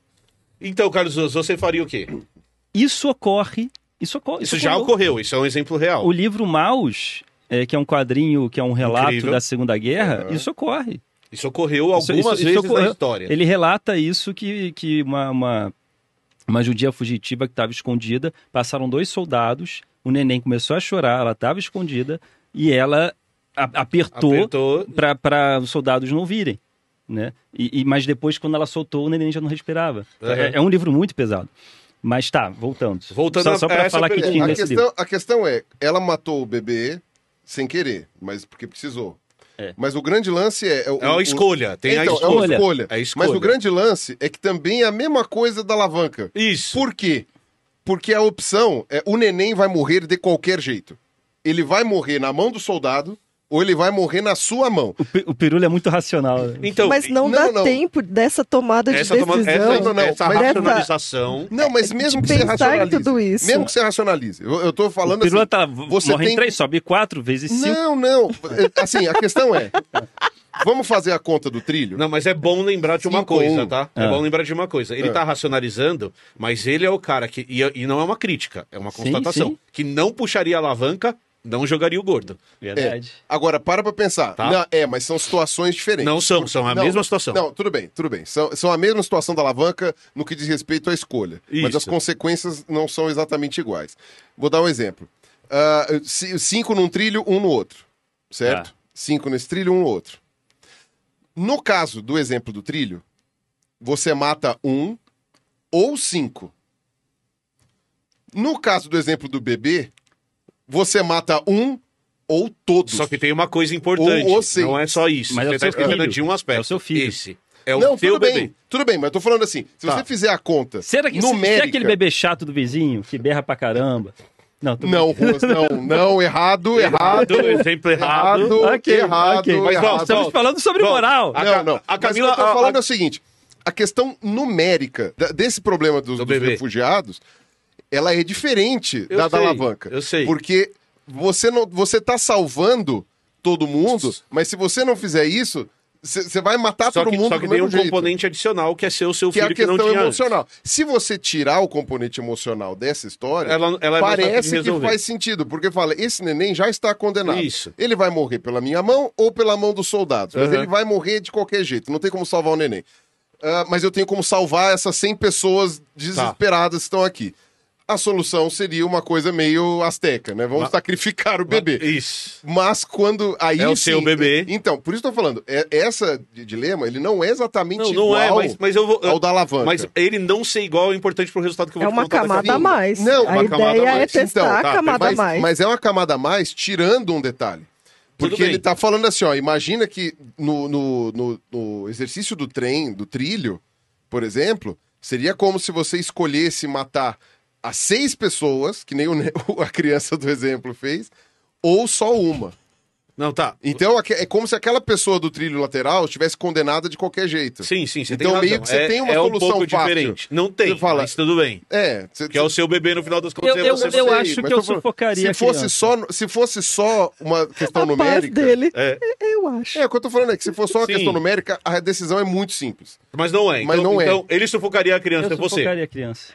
Então, Carlos Osso, você faria o quê? isso ocorre. Isso, ocorre, Isso já ocorreu, isso é um exemplo real. O livro Maus, é, que é um quadrinho, que é um relato Incrível. da Segunda Guerra, isso ocorre. Isso ocorreu Isso- algumas isso- isso vezes ocorreu. na história. Ele relata isso que, que uma, uma, uma judia fugitiva que estava escondida, passaram dois soldados, o neném começou a chorar, ela estava escondida e ela a- apertou Apertou. para os soldados não virem. Né? E, e- mas depois, quando ela soltou, o neném já não respirava. Uhum. É, é um livro muito pesado. Mas tá, voltando. Voltando só, a- só a para essa falar que pergunta. tinha A nesse livro. questão, a questão é, ela matou o bebê sem querer, mas porque precisou. É. Mas o grande lance é... É uma escolha, tem a então, escolha. É uma escolha. É a escolha. Mas o grande lance é que também é a mesma coisa da alavanca. Isso. Por quê? Porque a opção é o neném vai morrer de qualquer jeito. Ele vai morrer na mão do soldado ou ele vai morrer na sua mão. O, pi- o Pirulho é muito racional. né? Então, Mas não, não, dá não. tempo dessa tomada de essa, toma- decisão. essa, Não, não, essa mas dessa- racionalização... Não, mas mesmo de que você pensar em racionalize. tudo isso. Mesmo que você racionalize. Eu, eu tô O falando Pirula assim... tá, você morre tem- em três, sobe quatro vezes cinco. Não, não. É, Assim, a questão é... Vamos fazer a conta do trilho? Não, mas é bom lembrar de uma Cinco, coisa, um. tá? É Ah. bom lembrar de uma coisa. Ele Ah. tá racionalizando, mas ele é o cara que... E, e não é uma crítica, é uma Sim, constatação. sim. Que não puxaria a alavanca, não jogaria o gordo. Verdade. Agora, para pra pensar. Tá. Não, é, mas são situações diferentes. Não são, são a Não, mesma situação. Não, tudo bem, tudo bem. São, são a mesma situação da alavanca no que diz respeito à escolha. Mas Isso. as consequências não são exatamente iguais. Vou dar um exemplo. Ah, ci- cinco num trilho, um no outro. Certo? Tá. Cinco nesse trilho, um no outro. No caso do exemplo do trilho, você mata um ou cinco. No caso do exemplo do bebê, você mata um ou todos. Só que tem uma coisa importante. Ou- ou sim. Não é só isso. Mas é Você o tá seu esquecendo filho. de um aspecto. É o seu filho. Esse. É o Não, teu tudo bebê. bem, tudo bem, mas eu tô falando assim, se Tá. você fizer a conta Será que se- se numérica... é aquele bebê chato do vizinho, que berra pra caramba? Não, tô Não, Ruas, não, não, errado, errado, Errado, exemplo errado. errado, Ok, errado, ok. Mas, errado. volta, Estamos volta. falando sobre Volta. moral. A Não, Ca- não, a mas Camila- o que eu tô a- falando a- é o seguinte, a questão numérica da- desse problema dos, Do dos bebê. refugiados, ela é diferente Eu da, da sei, alavanca. eu sei. Porque você, não, você tá salvando todo mundo, mas se você não fizer isso, você vai matar Só todo que, mundo só que do tem mesmo um jeito. componente adicional que é ser o seu Que é filho a que não questão tinha antes. emocional. Se você tirar o componente emocional dessa história, Ela- ela é mais fácil de parece que resolver. faz sentido, porque fala, esse neném já está condenado. Isso. Ele vai morrer pela minha mão ou pela mão dos soldados, mas Uhum. ele vai morrer de qualquer jeito, não tem como salvar o neném. Ah, mas eu tenho como salvar essas cem pessoas desesperadas que estão aqui. a solução seria uma coisa meio asteca, né? Vamos Mas- sacrificar o bebê. Isso. Mas quando... Aí, É o sim, seu bebê. Então, por isso que eu tô falando, é, essa de dilema, ele não é exatamente Não, igual não é, mas, mas eu vou. ao da alavanca. Mas ele não ser igual é importante pro resultado que eu É vou te uma contar daqui a camada a pouco. mais. Não, a uma camada ideia a é mais. testar Então, a tá, camada a Mas, mais. mas é uma camada a mais, tirando um detalhe. Porque Tudo bem. ele tá falando assim, ó, imagina que no, no, no, no exercício do trem, do trilho, por exemplo, seria como se você escolhesse matar as seis pessoas, que nem o ne- a criança do exemplo fez, ou só uma. Não, tá. Então aque- é como se aquela pessoa do trilho lateral estivesse condenada de qualquer jeito. Sim, sim, você Então, tem meio razão. que você é, tem uma é um solução pouco fácil. diferente. Não tem, Você fala- mas tudo bem. É, cê- Que é o seu bebê no final das contas. Eu- é eu- você, eu você- acho mas que eu tô falando, sufocaria se a fosse criança. só Se fosse só uma questão a paz numérica... dele, É, eu acho. É, o que eu tô falando é que se for só uma Sim. questão numérica, a decisão é muito simples. mas não é. Então, Mas não é. então ele sufocaria a criança, Eu é você. sufocaria a criança.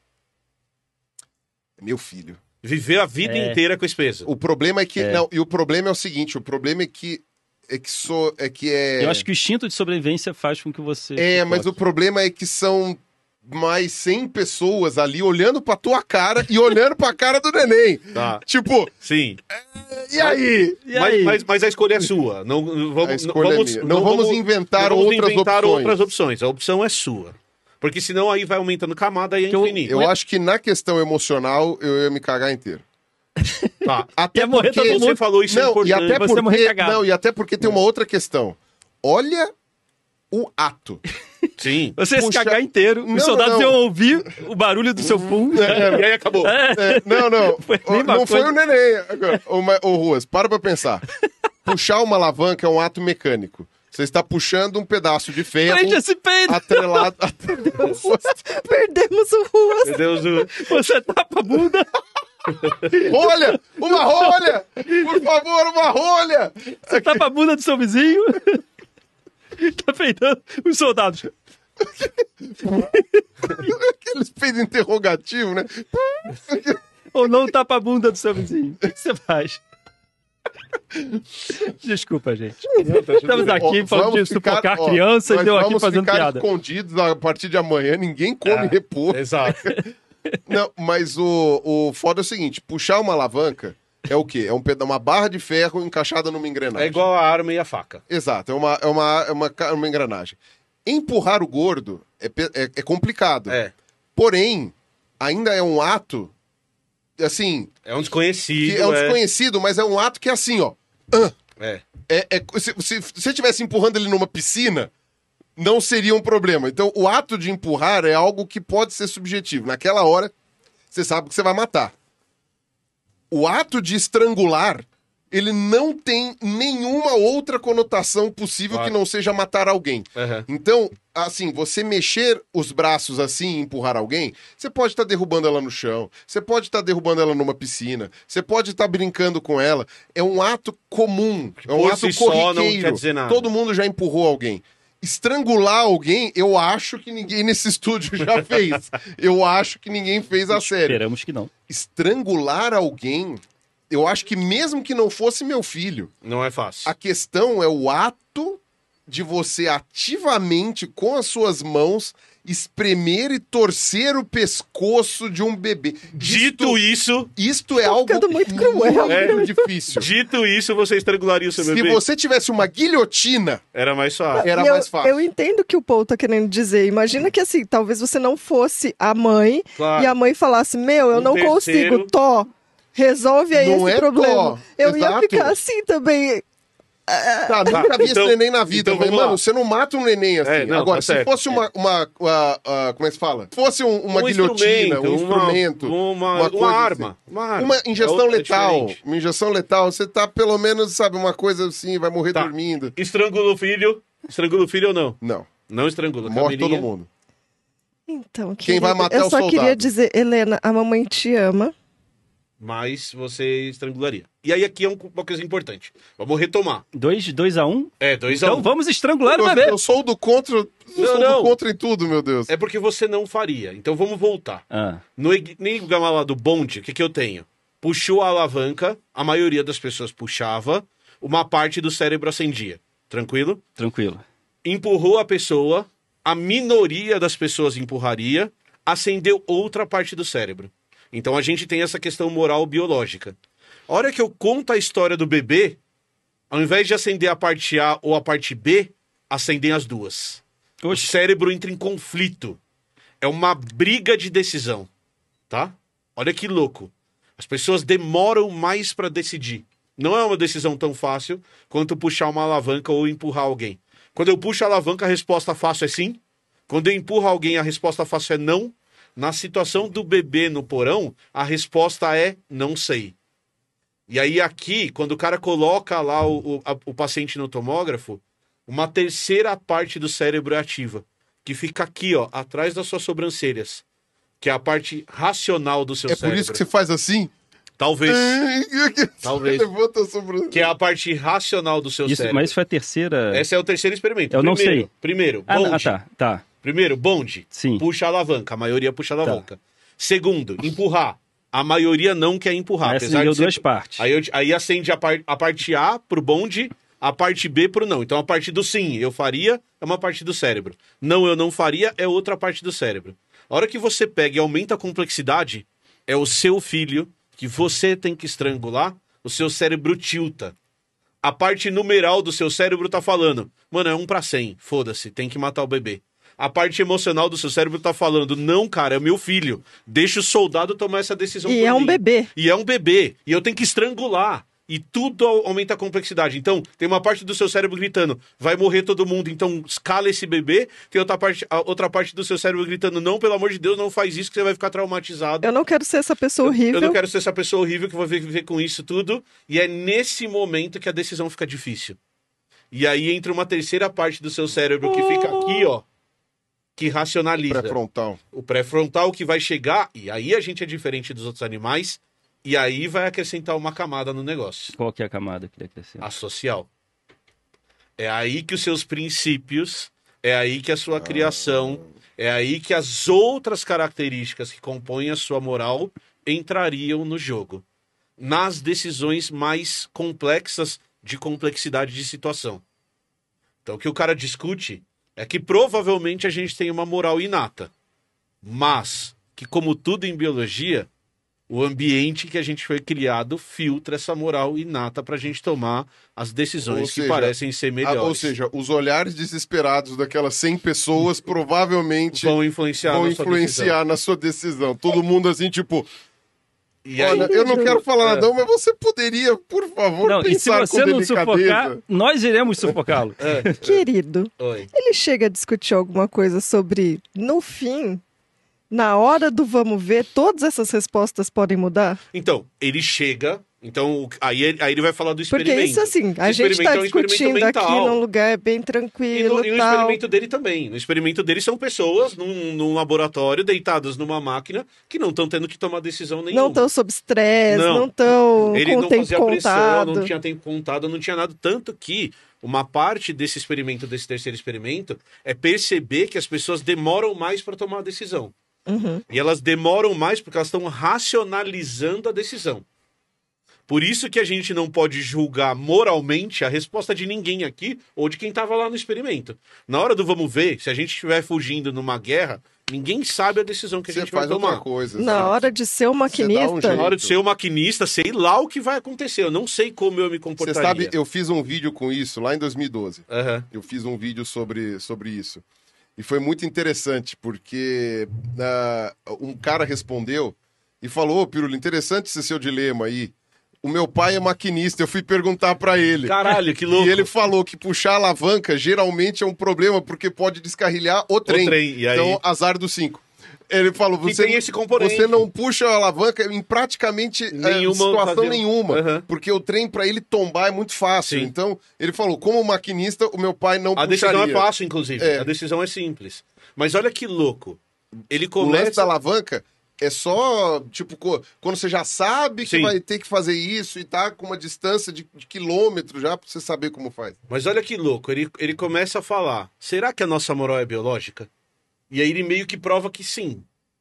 Meu filho. Viver a vida É. inteira com esse peso. O problema é que. É. Não, e o problema é o seguinte: o problema é que. É que, so, é, que é. Eu acho que o instinto de sobrevivência faz com que você... É, mas o sufoque. problema é que são mais cem pessoas ali olhando pra tua cara e olhando pra cara do neném. Tá. Tipo, Sim. e aí? E Mas, aí? mas, mas a escolha é sua. Não, não vamos, A escolha é vamos, minha. Não vamos inventar não vamos outras inventar opções. outras opções. A opção é sua. Porque senão aí vai aumentando camada e é Que eu- infinito. Eu acho que na questão emocional eu ia me cagar inteiro. Tá. Até Ia morrer todo Você mundo. falou isso é Não, e importante. até Você morrer porque, cagado. não, e até porque tem uma outra questão. Olha o ato. Sim. Você ia se Puxa- cagar inteiro, Não, os soldados não. iam ouvir o barulho do seu pum. E aí acabou. É, não, não. Foi a O- mesma não foi coisa. o neném. Agora, Ô, ma- ô, Ruas, para pra pensar. Puxar uma alavanca é um ato mecânico. Você está puxando um pedaço de ferro Prende esse peido! atrelado... atrelado- Perdemos o Ruas. Meu Deus do... Você tapa a bunda! Rolha! Uma rolha! Por favor, uma rolha! Você tapa a bunda do seu vizinho! Tá peidando os soldados. Aqueles peidos interrogativos, né? Ou não tapa a bunda do seu vizinho. O que você faz? Desculpa, gente. Estamos aqui Ó, falando de vamos ficar- sufocar ó, crianças, nós deu aqui vamos fazendo ficar piada. escondidos a partir de amanhã, ninguém come repolho. Exato. Não, mas o, o foda é o seguinte: puxar uma alavanca é o quê? É um peda uma barra de ferro encaixada numa engrenagem. É igual a arma e a faca. Exato, é uma, é uma, é uma, ca- uma engrenagem. Empurrar o gordo é, pe- é, é complicado. É. Porém, ainda é um ato, assim, É um desconhecido. que é um é. desconhecido, mas é um ato que é assim, ó. É. É, é- se, se, se você estivesse empurrando ele numa piscina, não seria um problema. Então, o ato de empurrar é algo que pode ser subjetivo. Naquela hora, você sabe que você vai matar. O ato de estrangular, ele não tem nenhuma outra conotação possível Claro. que não seja matar alguém. Aham. Então, assim, você mexer os braços assim e empurrar alguém, você pode estar derrubando ela no chão, você pode estar derrubando ela numa piscina, você pode estar brincando com ela. É um ato comum, é um Por ato si só não corriqueiro. quer dizer nada. Todo mundo já empurrou alguém. Estrangular alguém, eu acho que ninguém nesse estúdio já fez. Eu acho que ninguém fez a sério. Esperamos que não. Estrangular alguém, eu acho que mesmo que não fosse meu filho, Não é fácil. a questão é o ato de você ativamente, com as suas mãos, espremer e torcer o pescoço de um bebê. Dito isso, Isto é Tá algo ficando muito cruel. É. difícil. dito isso, você estrangularia o seu Se bebê. você tivesse uma guilhotina, Era mais fácil. era E eu, mais fácil. eu entendo o que o Paul tá querendo dizer. Imagina que assim, talvez você não fosse a mãe Claro. e a mãe falasse: Meu, eu Um não terceiro- consigo, Tó, resolve aí Não esse é problema. Tó, Eu ia exato. ficar assim também. Tá, nunca vi então- esse neném na vida, então mas, vamos mano, lá. você não mata um neném assim. É, não, Agora, tá se certo. fosse uma, uma, uma- uma- como é que se fala? Se fosse um- uma Um guilhotina, um instrumento, uma- instrumento, uma, uma, coisa arma. assim. Uma arma. Uma injeção É outra- é letal, diferente. uma injeção letal, você tá pelo menos, sabe, uma coisa assim, vai morrer Tá. dormindo. Estrangula o filho. Estrangula o filho ou não? Não, Não estrangula. morre Camilinha. todo mundo. Então, Quem vai querida, matar é eu o só soldado. queria dizer, Helena, a mamãe te ama. Mas você estrangularia. E aí aqui é um- uma coisa importante. Vamos retomar. Dois, dois a um? É, dois a Então um. vamos estrangular o Eu, bebê. eu sou do contra, eu Não, sou não. do contra em tudo, meu Deus. É porque você não faria. Então vamos voltar. Ah, No enigma lá do bonde, o que, que eu tenho? Puxou a alavanca, a maioria das pessoas puxava, uma parte do cérebro acendia. Tranquilo? tranquilo. Empurrou a pessoa, a minoria das pessoas empurraria, acendeu outra parte do cérebro. Então a gente tem essa questão moral biológica. A hora que eu conto a história do bebê, ao invés de acender a parte A ou a parte B, acendem as duas. Oxe. O cérebro entra em conflito. É uma briga de decisão, tá? Olha que louco. As pessoas demoram mais para decidir. Não é uma decisão tão fácil quanto puxar uma alavanca ou empurrar alguém. Quando eu puxo a alavanca, a resposta fácil é sim. Quando eu empurro alguém, a resposta fácil é não. Na situação do bebê no porão, a resposta é não sei. E aí aqui, quando o cara coloca lá o, o, a, o paciente no tomógrafo, uma terceira parte do cérebro é ativa, que fica aqui, ó, atrás das suas sobrancelhas, que é a parte racional do seu É cérebro. por isso que você faz assim? Talvez. Talvez. Levanta a sobrancelha. Que é a parte racional do seu Isso, cérebro. mas isso foi a terceira... Esse é o terceiro experimento. Eu não primeiro, sei. Primeiro, Ah, bonde. ah, tá, tá. Primeiro, bonde. Sim. Puxa a alavanca. A maioria puxa a alavanca. Segundo, empurrar. A maioria não quer empurrar. Aí apesar acendeu de ser- duas partes. Aí, eu- aí acende a, par- a parte A pro bonde, a parte B pro não. Então a parte do sim, eu faria, é uma parte do cérebro. Não, eu não faria, é outra parte do cérebro. A hora que você pega e aumenta a complexidade, é o seu filho que você tem que estrangular, o seu cérebro tilta. A parte numeral do seu cérebro tá falando, mano, é um pra cem, foda-se, tem que matar o bebê. A parte emocional do seu cérebro tá falando, não, cara, é meu filho, deixa o soldado tomar essa decisão E por é um mim. bebê. E é um bebê, e eu tenho que estrangular. E tudo au- aumenta a complexidade. Então, tem uma parte do seu cérebro gritando, vai morrer todo mundo, então escala esse bebê. Tem outra parte, a outra parte do seu cérebro gritando, não, pelo amor de Deus, não faz isso que você vai ficar traumatizado. Eu não quero ser essa pessoa horrível. Eu não quero ser essa pessoa horrível que vai viver com isso tudo. E é nesse momento que a decisão fica difícil. E aí entra uma terceira parte do seu cérebro que fica aqui, ó, que racionaliza. Pré-frontal. O pré-frontal que vai chegar, e aí a gente é diferente dos outros animais, e aí vai acrescentar uma camada no negócio. Qual que é a camada que ele acrescenta? A social. É aí que os seus princípios, é aí que a sua criação, é aí que as outras características que compõem a sua moral entrariam no jogo. Nas decisões mais complexas de complexidade de situação. Então o que o cara discute é que provavelmente a gente tem uma moral inata. Mas que, como tudo em biologia, o ambiente que a gente foi criado filtra essa moral inata pra gente tomar as decisões Ou que seja, parecem ser Ah, melhores. ou seja, os olhares desesperados daquelas cem pessoas provavelmente vão influenciar, vão na sua influenciar decisão. na sua decisão. Todo mundo assim, tipo, E aí, olha, eu não quero falar É. nada, não, mas você poderia, por favor, Não, e se pensar você com não delicadeza. sufocar, nós iremos sufocá-lo. É. Querido, Oi. ele chega a discutir alguma coisa sobre, no fim, na hora do vamos ver, todas essas respostas podem mudar? Então, ele chega, então o- aí, ele- aí ele vai falar do Porque experimento. isso, assim, a O gente experimento está é um experimento discutindo aqui mental. num lugar bem E tranquilo no, e e no tal. experimento dele também. No experimento dele são pessoas num, num laboratório deitadas numa máquina que não estão tendo que tomar decisão nenhuma. Não estão sob estresse, Não. não estão Ele com não o tempo fazia contado. pressão, não tinha tempo contado, não tinha nada. Tanto que uma parte desse experimento, desse terceiro experimento, é perceber que as pessoas demoram mais para tomar a decisão. Uhum. E elas demoram mais porque elas estão racionalizando a decisão. Por isso que a gente não pode julgar moralmente a resposta de ninguém aqui ou de quem estava lá no experimento. Na hora do vamos ver, se a gente estiver fugindo numa guerra, ninguém sabe a decisão que a Você gente vai faz tomar. outra coisa. Na sabe? hora de ser o Você dá um maquinista, jeito. Na hora de ser o maquinista, sei lá o que vai acontecer. Eu não sei como eu me Você comportaria. sabe, eu fiz um vídeo com isso lá em dois mil e doze. Aham. Eu fiz um vídeo sobre, sobre isso. E foi muito interessante, porque ah, um cara respondeu e falou, ô, Pirula, interessante esse seu dilema aí. O meu pai é maquinista, eu fui perguntar pra ele. Caralho, que louco. E ele falou que puxar a alavanca geralmente é um problema, porque pode descarrilhar o trem. trem, e aí? Então, azar do cinco. Ele falou, Que você, tem esse componente. você não puxa a alavanca em praticamente eh, Nenhuma situação ocasião. nenhuma, Aham. porque o trem pra ele tombar é muito fácil. Sim. Então, ele falou, como maquinista, o meu pai não A puxaria. decisão é fácil, inclusive. É. A decisão é simples. Mas olha que louco. Ele O lance da começa... alavanca é só, tipo, co- quando você já sabe que Sim. vai ter que fazer isso e tá com uma distância de, de quilômetro já pra você saber como faz. Mas olha que louco. Ele, ele começa a falar, será que a nossa moral é biológica? E aí ele meio que prova que sim.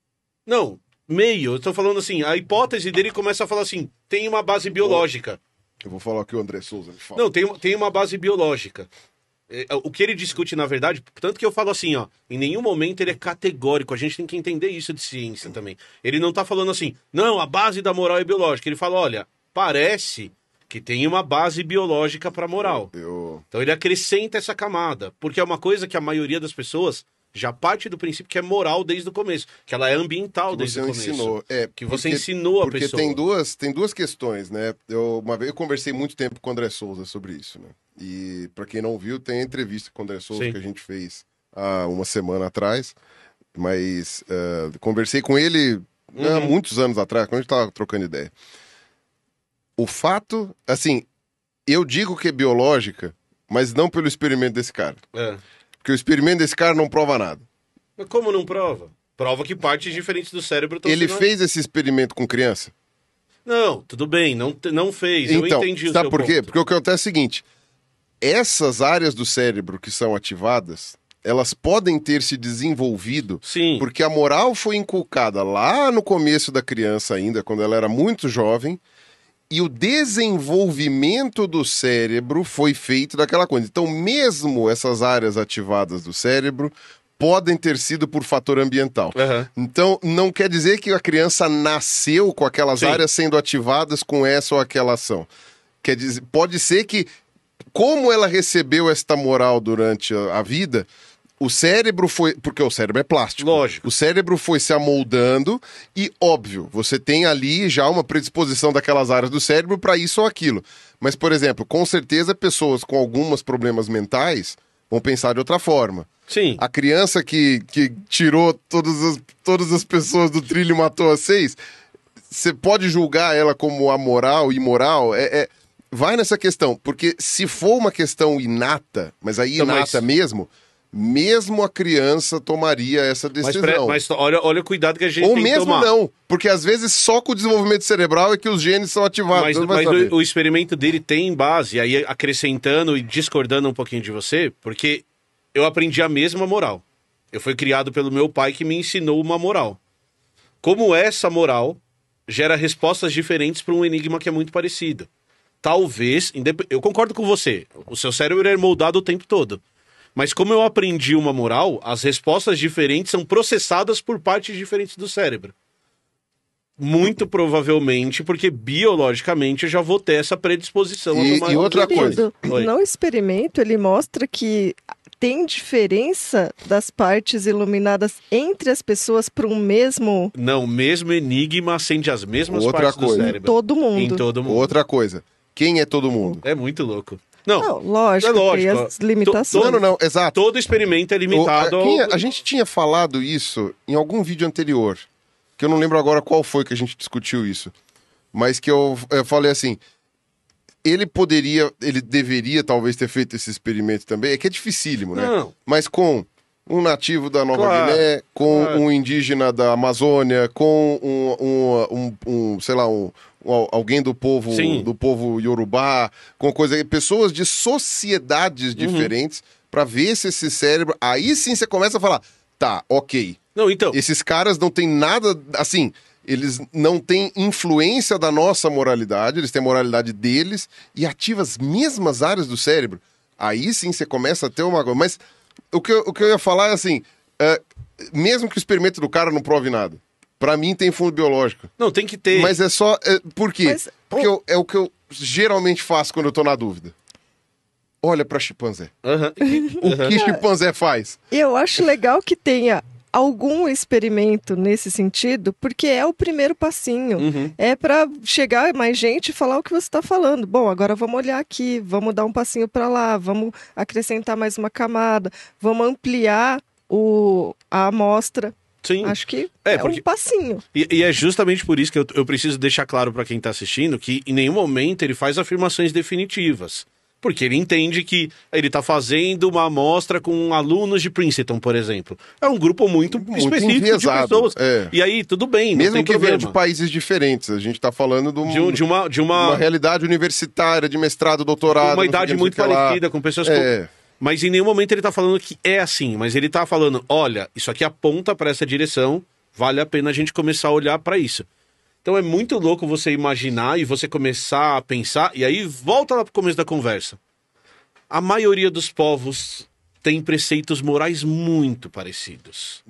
Não, meio. Eu tô falando assim, a hipótese dele começa a falar assim, tem uma base biológica. Eu vou falar o que o André Souza me fala. Não, tem, tem uma base biológica. O que ele discute, na verdade, tanto que eu falo assim, ó, em nenhum momento ele é categórico, a gente tem que entender isso de ciência também. Ele não tá falando assim, não, a base da moral é biológica. Ele fala, olha, parece que tem uma base biológica pra moral. Eu... Então ele acrescenta essa camada, porque é uma coisa que a maioria das pessoas já parte do princípio que é moral desde o começo, que ela é ambiental que desde você o começo. Ensinou. É, que você porque, ensinou a porque pessoa. Porque tem duas, tem duas questões, né? Eu, uma vez eu conversei muito tempo com o André Souza sobre isso, né? E para quem não viu, tem a entrevista com o André Souza Sim. que a gente fez há uma semana atrás, mas uh, conversei com ele uhum. há muitos anos atrás, quando a gente estava trocando ideia. O fato, assim, eu digo que é biológica, mas não pelo experimento desse cara. É. Porque o experimento desse cara não prova nada. Mas como não prova? Prova que partes diferentes do cérebro estão Ele sendo... fez esse experimento com criança? Não, tudo bem, não, não fez. Então, eu entendi o sabe seu por quê? ponto. Porque o que acontece é o seguinte, essas áreas do cérebro que são ativadas, elas podem ter se desenvolvido Sim. porque a moral foi inculcada lá no começo da criança ainda, quando ela era muito jovem, e o desenvolvimento do cérebro foi feito daquela coisa. Então, mesmo essas áreas ativadas do cérebro podem ter sido por fator ambiental. Uhum. Então, não quer dizer que a criança nasceu com aquelas Sim. áreas sendo ativadas com essa ou aquela ação. Quer dizer, pode ser que, como ela recebeu esta moral durante a, a vida, o cérebro foi... Porque o cérebro é plástico. Lógico. O cérebro foi se amoldando e, óbvio, você tem ali já uma predisposição daquelas áreas do cérebro para isso ou aquilo. Mas, por exemplo, com certeza pessoas com alguns problemas mentais vão pensar de outra forma. Sim. A criança que, que tirou todas as, todas as pessoas do trilho e matou as seis, você pode julgar ela como amoral, imoral? É, é, vai nessa questão, porque se for uma questão inata, mas aí Então, inata mas... mesmo, mesmo a criança tomaria essa decisão. Mas, pre... mas olha, olha o cuidado que a gente Ou tem que tomar. Ou mesmo não, porque às vezes só com o desenvolvimento cerebral é que os genes são ativados. Mas, mas o, o experimento dele tem base, aí acrescentando e discordando um pouquinho de você, porque eu aprendi a mesma moral. Eu fui criado pelo meu pai que me ensinou uma moral. Como essa moral gera respostas diferentes para um enigma que é muito parecido. Talvez, eu concordo com você, o seu cérebro é moldado o tempo todo. Mas como eu aprendi uma moral, as respostas diferentes são processadas por partes diferentes do cérebro. Muito provavelmente, porque biologicamente eu já vou ter essa predisposição. E, e outra coisa. No experimento, ele mostra que tem diferença das partes iluminadas entre as pessoas para um mesmo... Não, o mesmo enigma acende as mesmas outra partes coisa. do cérebro. Em todo mundo. Em todo mundo. Outra coisa. Quem é todo mundo? É muito louco. Não, não lógico, é lógico. Tem as limitações. Não, não, não, exato. Todo experimento é limitado. O, a, quem, ao... a gente tinha falado isso em algum vídeo anterior, que eu não lembro agora qual foi que a gente discutiu isso, mas que eu, eu falei assim, ele poderia, ele deveria talvez ter feito esse experimento também, é que é dificílimo, né? Não. Mas com um nativo da Nova Claro, Guiné, com claro. um indígena da Amazônia, com um, um, um, um sei lá, um... alguém do povo Sim. do povo Yorubá, com coisa, pessoas de sociedades diferentes, uhum. para ver se esse cérebro, aí sim você começa a falar, tá, ok. Não, então. Esses caras não têm nada, assim, eles não têm influência da nossa moralidade, eles têm a moralidade deles e ativam as mesmas áreas do cérebro. Aí sim você começa a ter uma... Mas o que eu, o que eu ia falar é assim, uh, mesmo que o experimento do cara não prove nada, pra mim tem fundo biológico. Não, tem que ter. Mas é só... É, por quê? Mas, Porque eu, é o que eu geralmente faço quando eu tô na dúvida. Olha pra chimpanzé. Uhum. O que chimpanzé faz? Eu acho legal que tenha algum experimento nesse sentido, porque é o primeiro passinho. Uhum. É para chegar mais gente e falar o que você está falando. Bom, agora vamos olhar aqui, vamos dar um passinho para lá, vamos acrescentar mais uma camada, vamos ampliar o, a amostra. Sim. Acho que é, é porque... um passinho. E, e é justamente por isso que eu, eu preciso deixar claro para quem está assistindo que em nenhum momento ele faz afirmações definitivas. Porque ele entende que ele está fazendo uma amostra com alunos de Princeton, por exemplo. É um grupo muito, muito específico enviesado, de pessoas. É. E aí, tudo bem, não Mesmo tem que problema. venha de países diferentes. A gente está falando de, um, de, um, de, uma, de uma... uma realidade universitária, de mestrado, doutorado. Uma idade muito parecida, com pessoas... É. Com... Mas em nenhum momento ele está falando que é assim. Mas ele está falando, olha, isso aqui aponta para essa direção, vale a pena a gente começar a olhar para isso. Então é muito louco você imaginar e você começar a pensar, e aí volta lá para o começo da conversa. A maioria dos povos tem preceitos morais muito parecidos.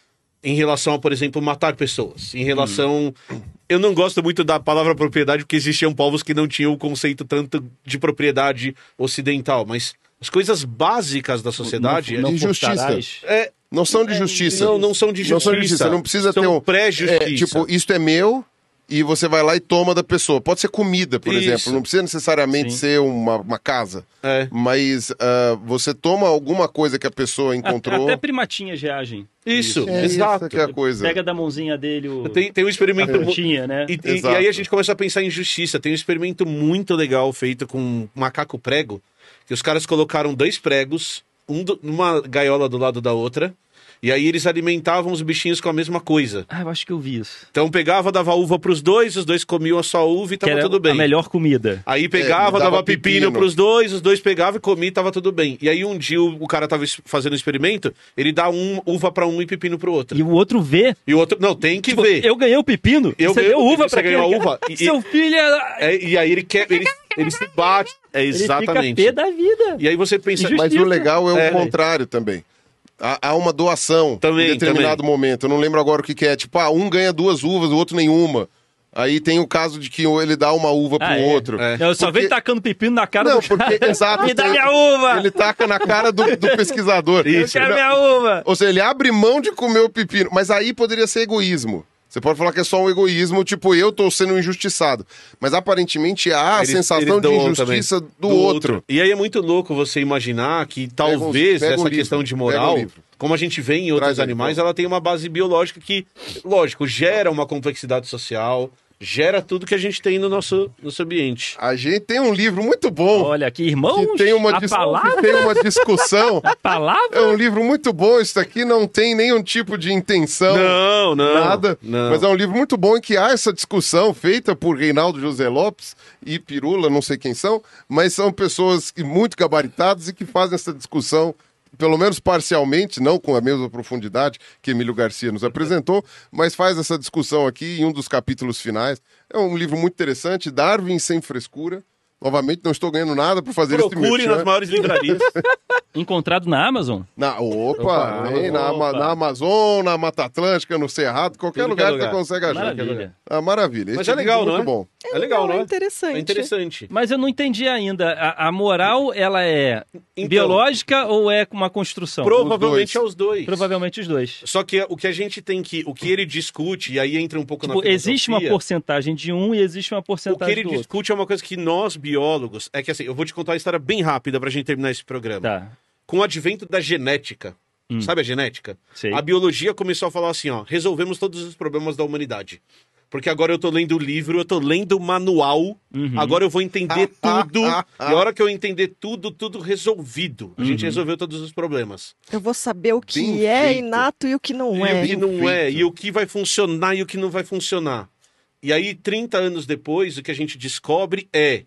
Em relação a, por exemplo, matar pessoas. Em relação... Hum. Eu não gosto muito da palavra propriedade, porque existiam povos que não tinham o conceito tanto de propriedade ocidental, mas as coisas básicas da sociedade... Não, não, é de justiça. É, não são de justiça. Não, não são de justiça. Não são de justiça. Não precisa são ter um... pré-justiça. É, tipo, isto é meu... E você vai lá e toma da pessoa. Pode ser comida, por Isso. exemplo. Não precisa necessariamente Sim. ser uma, uma casa. É. Mas uh, você toma alguma coisa que a pessoa encontrou. Até primatinhas reagem. Isso, É exato. Isso que é a coisa. Pega da mãozinha dele o... Tem, tem um experimento... a frutinha, né? E, e, e aí a gente começa a pensar em justiça. Tem um experimento muito legal feito com um macaco prego, que os caras colocaram dois pregos, um do, numa gaiola do lado da outra, e aí eles alimentavam os bichinhos com a mesma coisa. Ah, eu acho que eu vi isso. Então pegava, dava uva pros dois, os dois comiam a sua uva e Que tava era tudo bem. a melhor comida. Aí pegava, É, dava dava pepino, pepino pros dois, os dois pegavam e comiam e tava tudo bem. E aí um dia o, o cara tava es- fazendo um experimento, ele dá um, uva pra um e pepino pro outro. E o outro vê. E o outro, não, tem que Tipo, ver. eu ganhei o pepino, Eu você ganhei- deu uva você pra ganhou aquele a uva. cara. E- Seu filho é... É, e aí ele quer, ele, ele se bate. É exatamente. Ele fica pé da vida. E aí você pensa, Injustiça. Mas o legal é o É. contrário também. Há, há uma doação Também, em determinado momento. Eu não lembro agora o que, que é. Tipo, ah, um ganha duas uvas, o outro nenhuma. Aí tem o caso de que ele dá uma uva pro Ah, é. outro. É. Eu só Porque- vejo tacando pepino na cara Não, do cara. porque, exato. Me dá tem- minha uva! Ele taca na cara do, do pesquisador. Eu quero minha uva! Ou seja, ele abre mão de comer o pepino. Mas aí poderia ser egoísmo. Você pode falar que é só um egoísmo, tipo, eu tô sendo injustiçado. Mas aparentemente há a Eles- sensação eles de doam injustiça também. do, outro. E aí é muito louco você imaginar que talvez pega o essa livro, questão de pega o moral, livro. como a gente vê em outros Traz aí, animais, então. ela tem uma base biológica que, lógico, gera uma complexidade social, gera tudo que a gente tem no nosso, nosso ambiente. A gente tem um livro muito bom. Olha aqui, irmãos, que tem uma, a dis- palavra, que tem uma discussão. a palavra... É um livro muito bom. Isso aqui não tem nenhum tipo de intenção. Não, não. Nada, não. mas é um livro muito bom em que há essa discussão feita por Reinaldo José Lopes e Pirula, não sei quem são, mas são pessoas que- muito gabaritadas e que fazem essa discussão, pelo menos parcialmente, não com a mesma profundidade que Emílio Garcia nos apresentou, mas faz essa discussão aqui em um dos capítulos finais. É um livro muito interessante, Darwin Sem Frescura. Novamente, não estou ganhando nada por fazer esse Procure merchan. nas maiores livrarias. Encontrado na Amazon? Na, opa, Opa, hein, na, opa. Ama- na Amazon, na Mata Atlântica, no Cerrado, qualquer Tudo que é lugar que você lugar. consegue achar. Maravilha. Ah, maravilha. Mas Esse é legal, livro não é? muito bom. É legal, não é é? interessante. É interessante. Mas eu não entendi ainda. A, a moral, ela é Então, biológica ou é uma construção? Provavelmente Os é os dois. Provavelmente os dois. Só que o que a gente tem que... O que ele discute, e aí entra um pouco Tipo, na existe uma filosofia, porcentagem de um e existe uma O que porcentagem ele do outro. discute é uma coisa que nós, biólogos... É que assim, eu vou te contar uma história bem rápida pra gente terminar esse programa. Tá, Com o advento da genética, sabe a genética? sei. A biologia começou a falar assim, ó, resolvemos todos os problemas da humanidade. Porque agora eu tô lendo o livro, eu tô lendo o manual, Uhum. agora eu vou entender Ah, tudo, ah, ah, e a hora que eu entender tudo, tudo resolvido. A gente Uhum. resolveu todos os problemas. Eu vou saber o que Bem é feito. inato e o que não e é. o que não Bem é, feito. e o que vai funcionar e o que não vai funcionar. E aí, trinta anos depois, o que a gente descobre é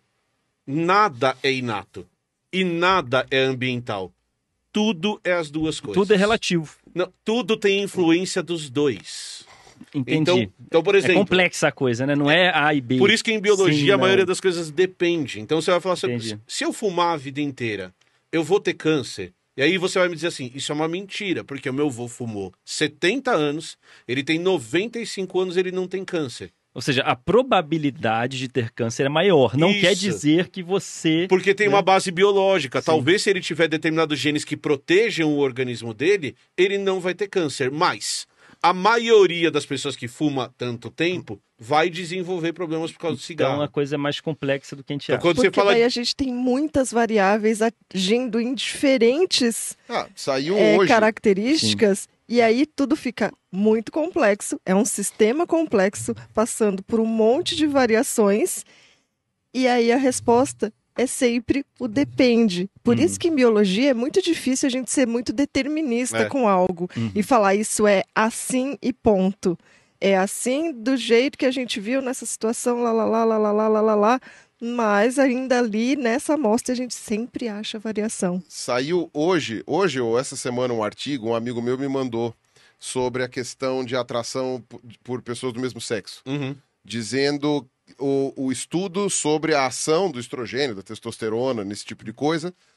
nada é inato e nada é ambiental. Tudo é as duas coisas. Tudo é relativo. Não, tudo tem influência dos dois. Entendi. Então, então, por É exemplo, complexa a coisa, né? Não é A e B. por isso que em biologia Sim, a maioria não. das coisas depende. Então você vai falar assim, Entendi. se eu fumar a vida inteira, eu vou ter câncer. E aí você vai me dizer assim, isso é uma mentira, porque o meu avô fumou setenta anos, ele tem noventa e cinco anos e ele não tem câncer. Ou seja, a probabilidade de ter câncer é maior. Não Isso. quer dizer que você... Porque tem né? uma base biológica. Sim. Talvez se ele tiver determinados genes que protejam o organismo dele, ele não vai ter câncer. Mas a maioria das pessoas que fuma tanto tempo vai desenvolver problemas por causa do cigarro. Então a coisa é mais complexa do que a gente Então, acha. quando Porque você fala daí a gente tem muitas variáveis agindo em diferentes Ah, saiu é, hoje. características, e aí tudo fica muito complexo. É um sistema complexo, passando por um monte de variações, e aí a resposta é sempre o depende. Por Uhum. isso que em biologia é muito difícil a gente ser muito determinista É. com algo Uhum. e falar isso é assim e ponto. É assim do jeito que a gente viu nessa situação, lá, lá, lá, lá, lá, lá, lá, lá, lá. Mas ainda ali, nessa amostra, a gente sempre acha variação. Saiu hoje, hoje ou essa semana, um artigo, um amigo meu me mandou sobre a questão de atração por, por pessoas do mesmo sexo, Uhum. dizendo o, o estudo sobre a ação do estrogênio, da testosterona, nesse tipo de coisa,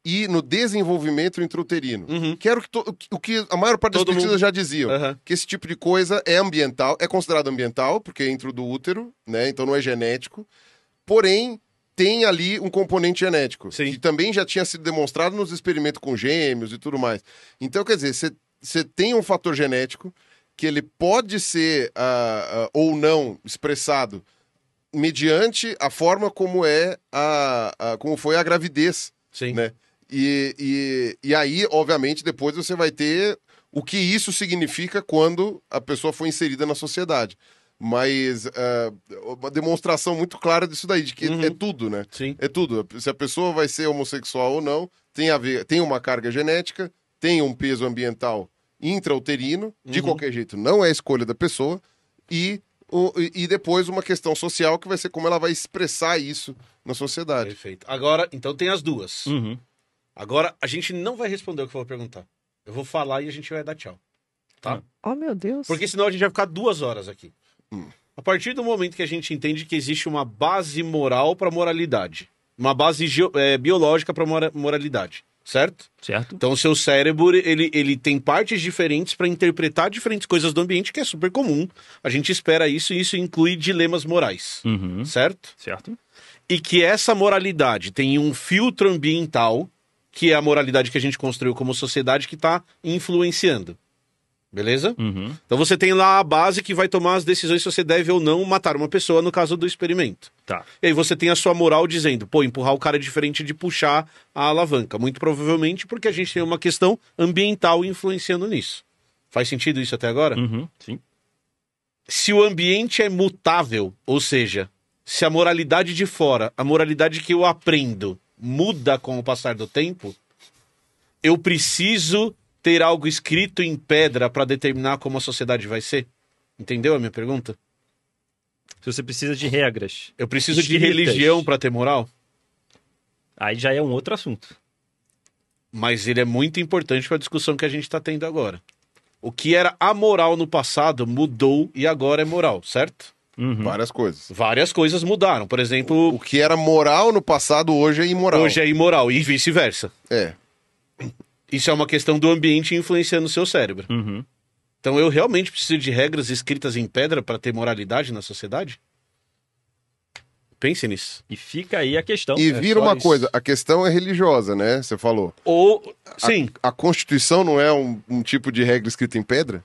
e no desenvolvimento intrauterino. Uhum. Que era o que, to- o que a maior parte das Todo pesquisas mundo. já diziam. Aham. Que esse tipo de coisa é ambiental, é considerado ambiental, porque é intro do útero, né? Então não é genético. Porém, tem ali um componente genético. Sim. Que também já tinha sido demonstrado nos experimentos com gêmeos e tudo mais. Então, quer dizer, você tem um fator genético que ele pode ser ah, ah, ou não expressado mediante a forma como é a, a- como foi a gravidez, Sim. né? E, e, e aí, obviamente, depois você vai ter o que isso significa quando a pessoa foi inserida na sociedade. Mas ah, uma demonstração muito clara disso daí, de que Uhum. é tudo, né? Sim. É tudo. Se a pessoa vai ser homossexual ou não, tem a ver, tem uma carga genética, tem um peso ambiental intrauterino, de Uhum. qualquer jeito, não é escolha da pessoa, e, o, e e depois uma questão social que vai ser como ela vai expressar isso na sociedade. Perfeito. Agora, então tem as duas. Uhum. Agora, a gente não vai responder o que eu vou perguntar. Eu vou falar e a gente vai dar tchau. Tá? Oh, meu Deus. Porque senão a gente vai ficar duas horas aqui. A partir do momento que a gente entende que existe uma base moral para moralidade, uma base geo- é, biológica para mora- moralidade, certo? Certo? Então o seu cérebro, ele, ele tem partes diferentes para interpretar diferentes coisas do ambiente, que é super comum. A gente espera isso e isso inclui dilemas morais, Uhum. certo? Certo? E que essa moralidade tem um filtro ambiental, que é a moralidade que a gente construiu como sociedade, que está influenciando. Beleza? Uhum. Então você tem lá a base que vai tomar as decisões se você deve ou não matar uma pessoa no caso do experimento. Tá. E aí você tem a sua moral dizendo, pô, empurrar o cara é diferente de puxar a alavanca. Muito provavelmente porque a gente tem uma questão ambiental influenciando nisso. Faz sentido isso até agora? Uhum. Sim. Se o ambiente é mutável, ou seja, se a moralidade de fora, a moralidade que eu aprendo, muda com o passar do tempo, eu preciso ter algo escrito em pedra para determinar como a sociedade vai ser? Entendeu a minha pergunta? Se você precisa de regras, Eu preciso de Escritas. religião para ter moral? aí já é um outro assunto. Mas ele é muito importante para a discussão que a gente está tendo agora. O que era amoral no passado mudou e agora é moral, certo? Uhum. Várias coisas. Várias coisas mudaram. Por exemplo, O que era moral no passado, hoje é imoral. hoje é imoral e vice-versa. É. Isso é uma questão do ambiente influenciando o seu cérebro. Uhum. Então eu realmente preciso de regras escritas em pedra para ter moralidade na sociedade? Pense nisso. E fica aí a questão. E é vira só uma isso. coisa, a questão é religiosa, né? Você falou. Ou, sim, A Constituição não é um, um tipo de regra escrita em pedra?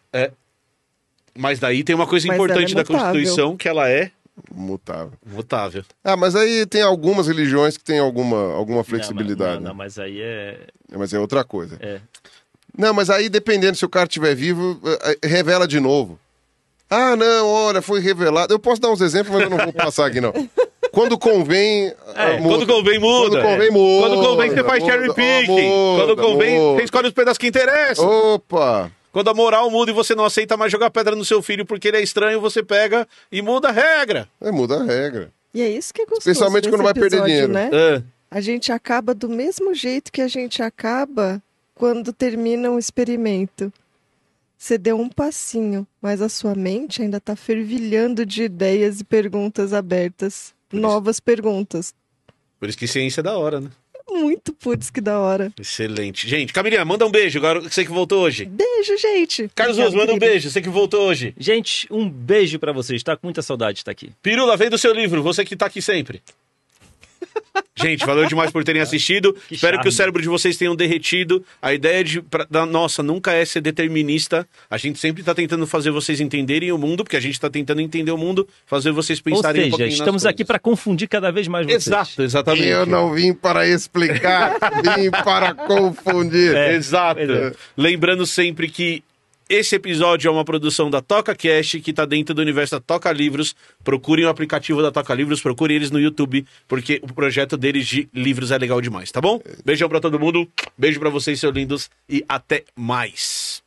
mas daí tem uma coisa Mas importante ela é da mutável. Constituição, que ela é Mutável. mutável. Ah, mas aí tem algumas religiões que têm alguma, alguma Não, flexibilidade. Não, não, mas aí é. né? Mas é outra coisa. É. Não, mas aí dependendo se o cara estiver vivo, eh, eh, revela de novo. Ah, não, olha, foi revelado. Eu posso dar uns exemplos, mas eu não vou passar aqui, não. Quando convém. ah, muda. Quando convém, muda. Quando convem, muda. Quando convém, você faz cherry Muda, picking. muda, Quando convém, muda. você escolhe os pedaços que interessam. Opa! Quando a moral muda e você não aceita mais jogar pedra no seu filho porque ele é estranho, você pega e muda a regra. É, muda a regra. E é isso que é gostoso Especialmente desse quando vai perder episódio, dinheiro. né? Ah, A gente acaba do mesmo jeito que a gente acaba quando termina um experimento. Você deu um passinho, mas a sua mente ainda está fervilhando de ideias e perguntas abertas. isso. Novas perguntas. por isso que ciência é da hora, né? Muito putz, que da hora. Excelente. Gente, Camilinha, manda um beijo. Agora você que voltou hoje. Beijo, gente. Carlos Obrigada, Ruas, manda um querido. beijo. Você que voltou hoje. Gente, um beijo pra vocês. Tá com muita saudade de estar aqui. Pirula, vem do seu livro. Você que tá aqui sempre. Gente, valeu demais por terem assistido. Que Espero charme. que o cérebro de vocês tenham derretido. A ideia de, pra, da nossa nunca é ser determinista. A gente sempre tá tentando fazer vocês entenderem o mundo, porque a gente tá tentando entender o mundo, fazer vocês Ou pensarem um seja, pouquinho nas estamos aqui coisas. pra confundir cada vez mais vocês. Exato, exatamente. Eu não vim para explicar, vim para confundir. É. Exato. É. Lembrando sempre que esse episódio é uma produção da TocaCast, que está dentro do universo da Toca Livros. Procurem o aplicativo da Toca Livros, procurem eles no YouTube, porque o projeto deles de livros é legal demais, tá bom? Beijão pra todo mundo, beijo pra vocês, seus lindos, e até mais.